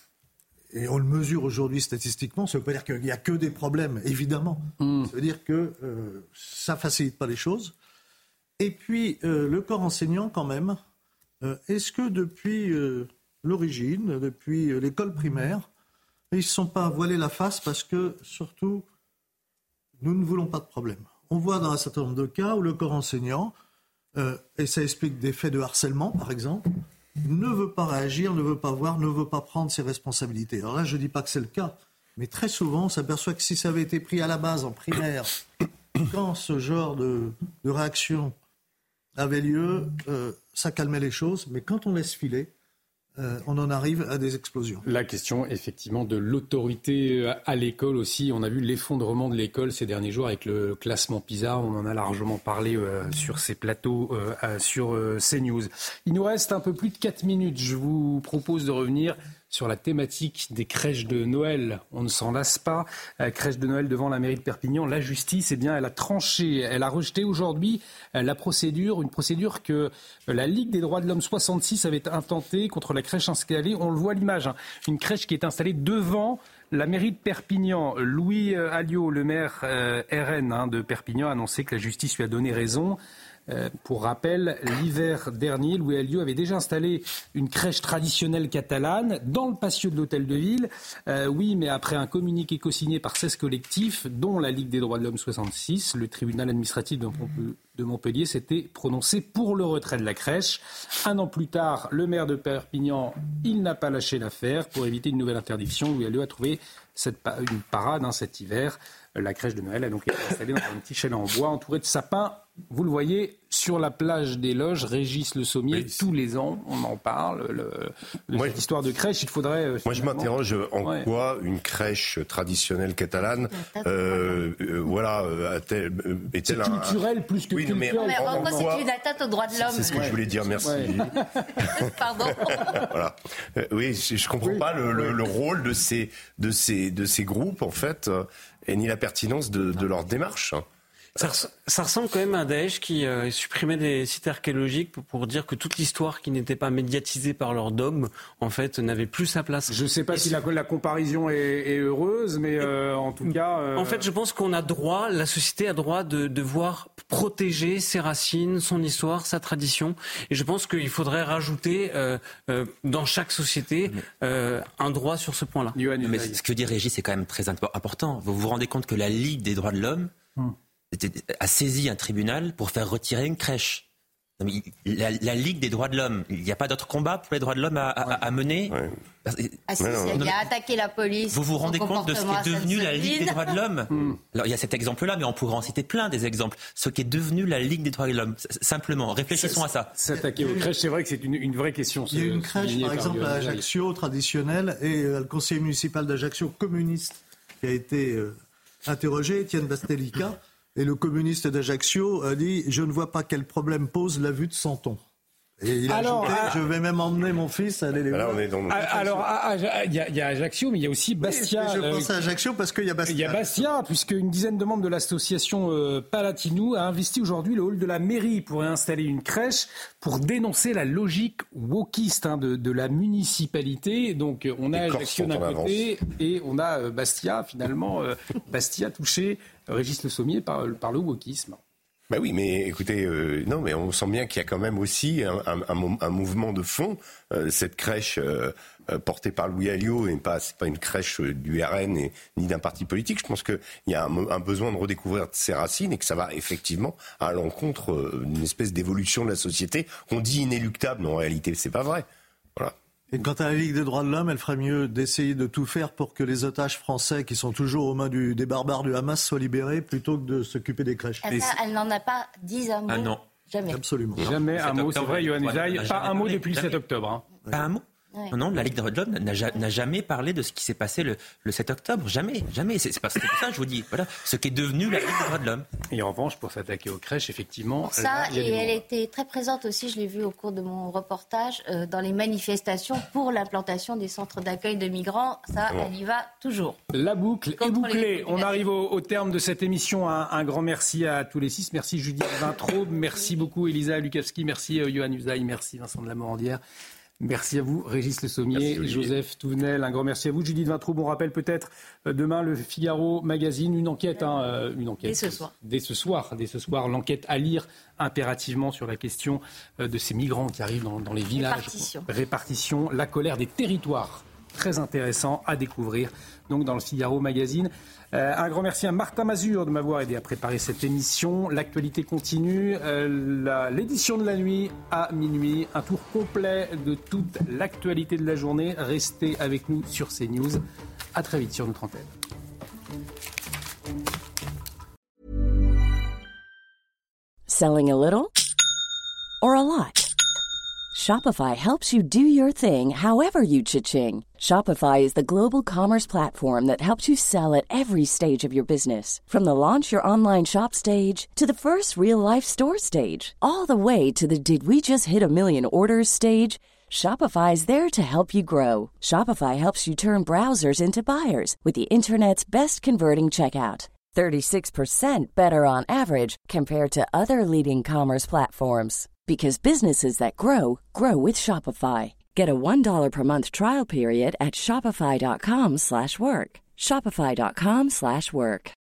et on le mesure aujourd'hui statistiquement. Ça ne veut pas dire qu'il n'y a que des problèmes, évidemment. Mmh. Ça veut dire que euh, ça ne facilite pas les choses. Et puis, euh, le corps enseignant, quand même, euh, est-ce que depuis euh, l'origine, depuis euh, l'école primaire, ils ne se sont pas voilés la face parce que, surtout, nous ne voulons pas de problème. On voit dans un certain nombre de cas où le corps enseignant, euh, et ça explique des faits de harcèlement, par exemple, ne veut pas réagir, ne veut pas voir, ne veut pas prendre ses responsabilités. Alors là, je ne dis pas que c'est le cas, mais très souvent, on s'aperçoit que si ça avait été pris à la base, en primaire, quand ce genre de, de réaction avait lieu, euh, ça calmait les choses, mais quand on laisse filer, euh, on en arrive à des explosions. La question, effectivement, de l'autorité à l'école aussi. On a vu l'effondrement de l'école ces derniers jours avec le classement PISA. On en a largement parlé euh, sur ces plateaux, euh, sur euh, CNews. Il nous reste un peu plus de quatre minutes. Je vous propose de revenir sur la thématique des crèches de Noël. On ne s'en lasse pas. Euh, crèche de Noël devant la mairie de Perpignan. La justice, eh bien, elle a tranché. Elle a rejeté aujourd'hui euh, la procédure, une procédure que euh, la Ligue des droits de l'homme soixante-six avait intentée contre la crèche installée. On le voit à l'image, hein, une crèche qui est installée devant la mairie de Perpignan. Louis Alliot, le maire euh, R N hein, de Perpignan, a annoncé que la justice lui a donné raison. Euh, pour rappel, l'hiver dernier, Louis Alliot avait déjà installé une crèche traditionnelle catalane dans le patio de l'hôtel de ville. Euh, oui, mais après un communiqué co-signé par seize collectifs, dont la Ligue des droits de l'homme soixante-six, le tribunal administratif de Montpellier s'était prononcé pour le retrait de la crèche. Un an plus tard, le maire de Perpignan, il n'a pas lâché l'affaire. Pour éviter une nouvelle interdiction, Louis Alliot a trouvé cette, une parade hein, cet hiver. La crèche de Noël a donc été installée dans un petit chalet en bois entouré de sapins. Vous le voyez sur la plage des Loges, Régis Le Sommier, oui. Tous les ans, on en parle. Le, de moi, cette histoire de crèche, il faudrait. Euh, moi, je m'interroge en ouais. quoi une crèche traditionnelle catalane, euh, euh, voilà, est-elle, est-elle c'est culturel un... plus que oui, culturel. Mais en gros, c'est une atteinte aux droits de l'homme. C'est ce que ouais. je voulais dire. Merci. Ouais. Pardon. Voilà. Euh, oui, je comprends oui. pas le, le, le rôle de ces de ces de ces groupes en fait, euh, et ni la pertinence de, de leur démarche. Ça, ça ressemble quand même à un Daesh qui euh, supprimait des sites archéologiques pour, pour dire que toute l'histoire qui n'était pas médiatisée par leur dogme, en fait, n'avait plus sa place. Je ne sais pas Et si la, la comparaison est, est heureuse, mais euh, en tout cas... Euh... En fait, je pense qu'on a droit, la société a droit de, de voir protéger ses racines, son histoire, sa tradition. Et je pense qu'il faudrait rajouter euh, euh, dans chaque société euh, un droit sur ce point-là. Mais ce que dit Régis, c'est quand même très important. Vous vous rendez compte que la Ligue des droits de l'homme... Hum. a saisi un tribunal pour faire retirer une crèche. La, la Ligue des droits de l'homme, il n'y a pas d'autre combat pour les droits de l'homme à, à, à mener ouais. Ah si, il a attaqué la police. Vous vous rendez compte de ce qui est devenu la Ligue des droits de l'homme mm. Alors il y a cet exemple-là, mais on pourrait en citer plein des exemples. Ce qui est devenu la Ligue des droits de l'homme. Simplement, réfléchissons c'est, à ça. S'attaquer aux crèches, c'est vrai que c'est une, une vraie question. Il y a une crèche, par exemple, à Ajaccio, traditionnelle, et euh, le conseiller municipal d'Ajaccio, communiste, qui a été euh, interrogé, Étienne Bastelica. Et le communiste d'Ajaccio a dit « Je ne vois pas quel problème pose la vue de Santon ». Et il a alors, ajouté, à... je vais même emmener mon fils à aller les voir. Là, on est dans le... Alors, il y, y a Ajaccio, mais il y a aussi Bastia. Oui, je pense euh, à Ajaccio parce qu'il y a Bastia. Il y a Bastia, puisque une dizaine de membres de l'association euh, Palatinou a investi aujourd'hui le hall de la mairie pour installer une crèche pour dénoncer la logique wokiste hein, de, de la municipalité. Donc, on a Ajaccio d'un côté et on a euh, Bastia, finalement, euh, Bastia touché, euh, Régis Le Sommier, par, par le wokisme. Bah oui, mais écoutez, euh, non, mais on sent bien qu'il y a quand même aussi un, un, un, un mouvement de fond. Euh, cette crèche euh, euh, portée par Louis Alliot n'est pas, c'est pas une crèche du R N et, ni d'un parti politique. Je pense qu'il y a un, un besoin de redécouvrir ses racines et que ça va effectivement à l'encontre euh, d'une espèce d'évolution de la société qu'on dit inéluctable, mais en réalité, c'est pas vrai. Voilà. Et quant à la Ligue des droits de l'homme, elle ferait mieux d'essayer de tout faire pour que les otages français qui sont toujours aux mains du, des barbares du Hamas soient libérés plutôt que de s'occuper des crèches. Elle, elle n'en a pas dit un mot. Ah non. Jamais. Absolument. Jamais un mot, c'est vrai, Yohann Usaï. Pas un mot depuis le sept octobre. Hein. Pas un mot. Ouais. Non, non, la Ligue des droits de l'homme n'a, n'a jamais parlé de ce qui s'est passé le, le sept octobre. Jamais, jamais. C'est, c'est, pas, c'est pour ça que je vous dis, voilà, ce qui est devenu la Ligue des droits de l'homme. Et en revanche, pour s'attaquer aux crèches, effectivement... Ça, là, et elle était très présente aussi, je l'ai vu au cours de mon reportage, euh, dans les manifestations pour l'implantation des centres d'accueil de migrants. Ça, oh. Elle y va toujours. La boucle est bouclée. On arrive au, au terme de cette émission. Un, un grand merci à tous les six. Merci Judith Vintraud. Merci beaucoup Elisa Lukavski. Merci euh, Yohann Usaï. Merci Vincent de la Morandière. Merci à vous, Régis Le Sommier, merci, Joseph Touvenel, un grand merci à vous. Judith Vintraud, on rappelle peut-être euh, demain le Figaro Magazine, une enquête, hein, euh, une enquête. Dès ce soir. Dès ce soir, dès ce soir, l'enquête à lire impérativement sur la question euh, de ces migrants qui arrivent dans, dans les villages. Répartition. Répartition, la colère des territoires. Très intéressant à découvrir donc dans le Figaro Magazine. Euh, un grand merci à Martin Mazur de m'avoir aidé à préparer cette émission. L'actualité continue. Euh, la, l'édition de la nuit à minuit. Un tour complet de toute l'actualité de la journée. Restez avec nous sur CNews. À très vite sur notre antenne. Selling a little or a lot? Shopify helps you do your thing however you cha-ching. Shopify is the global commerce platform that helps you sell at every stage of your business. From the launch your online shop stage to the first real-life store stage, all the way to the did we just hit a million orders stage. Shopify is there to help you grow. Shopify helps you turn browsers into buyers with the internet's best converting checkout. thirty-six percent better on average compared to other leading commerce platforms. Because businesses that grow, grow with Shopify. Get a one dollar per month trial period at shopify.com slash work. Shopify.com slash work.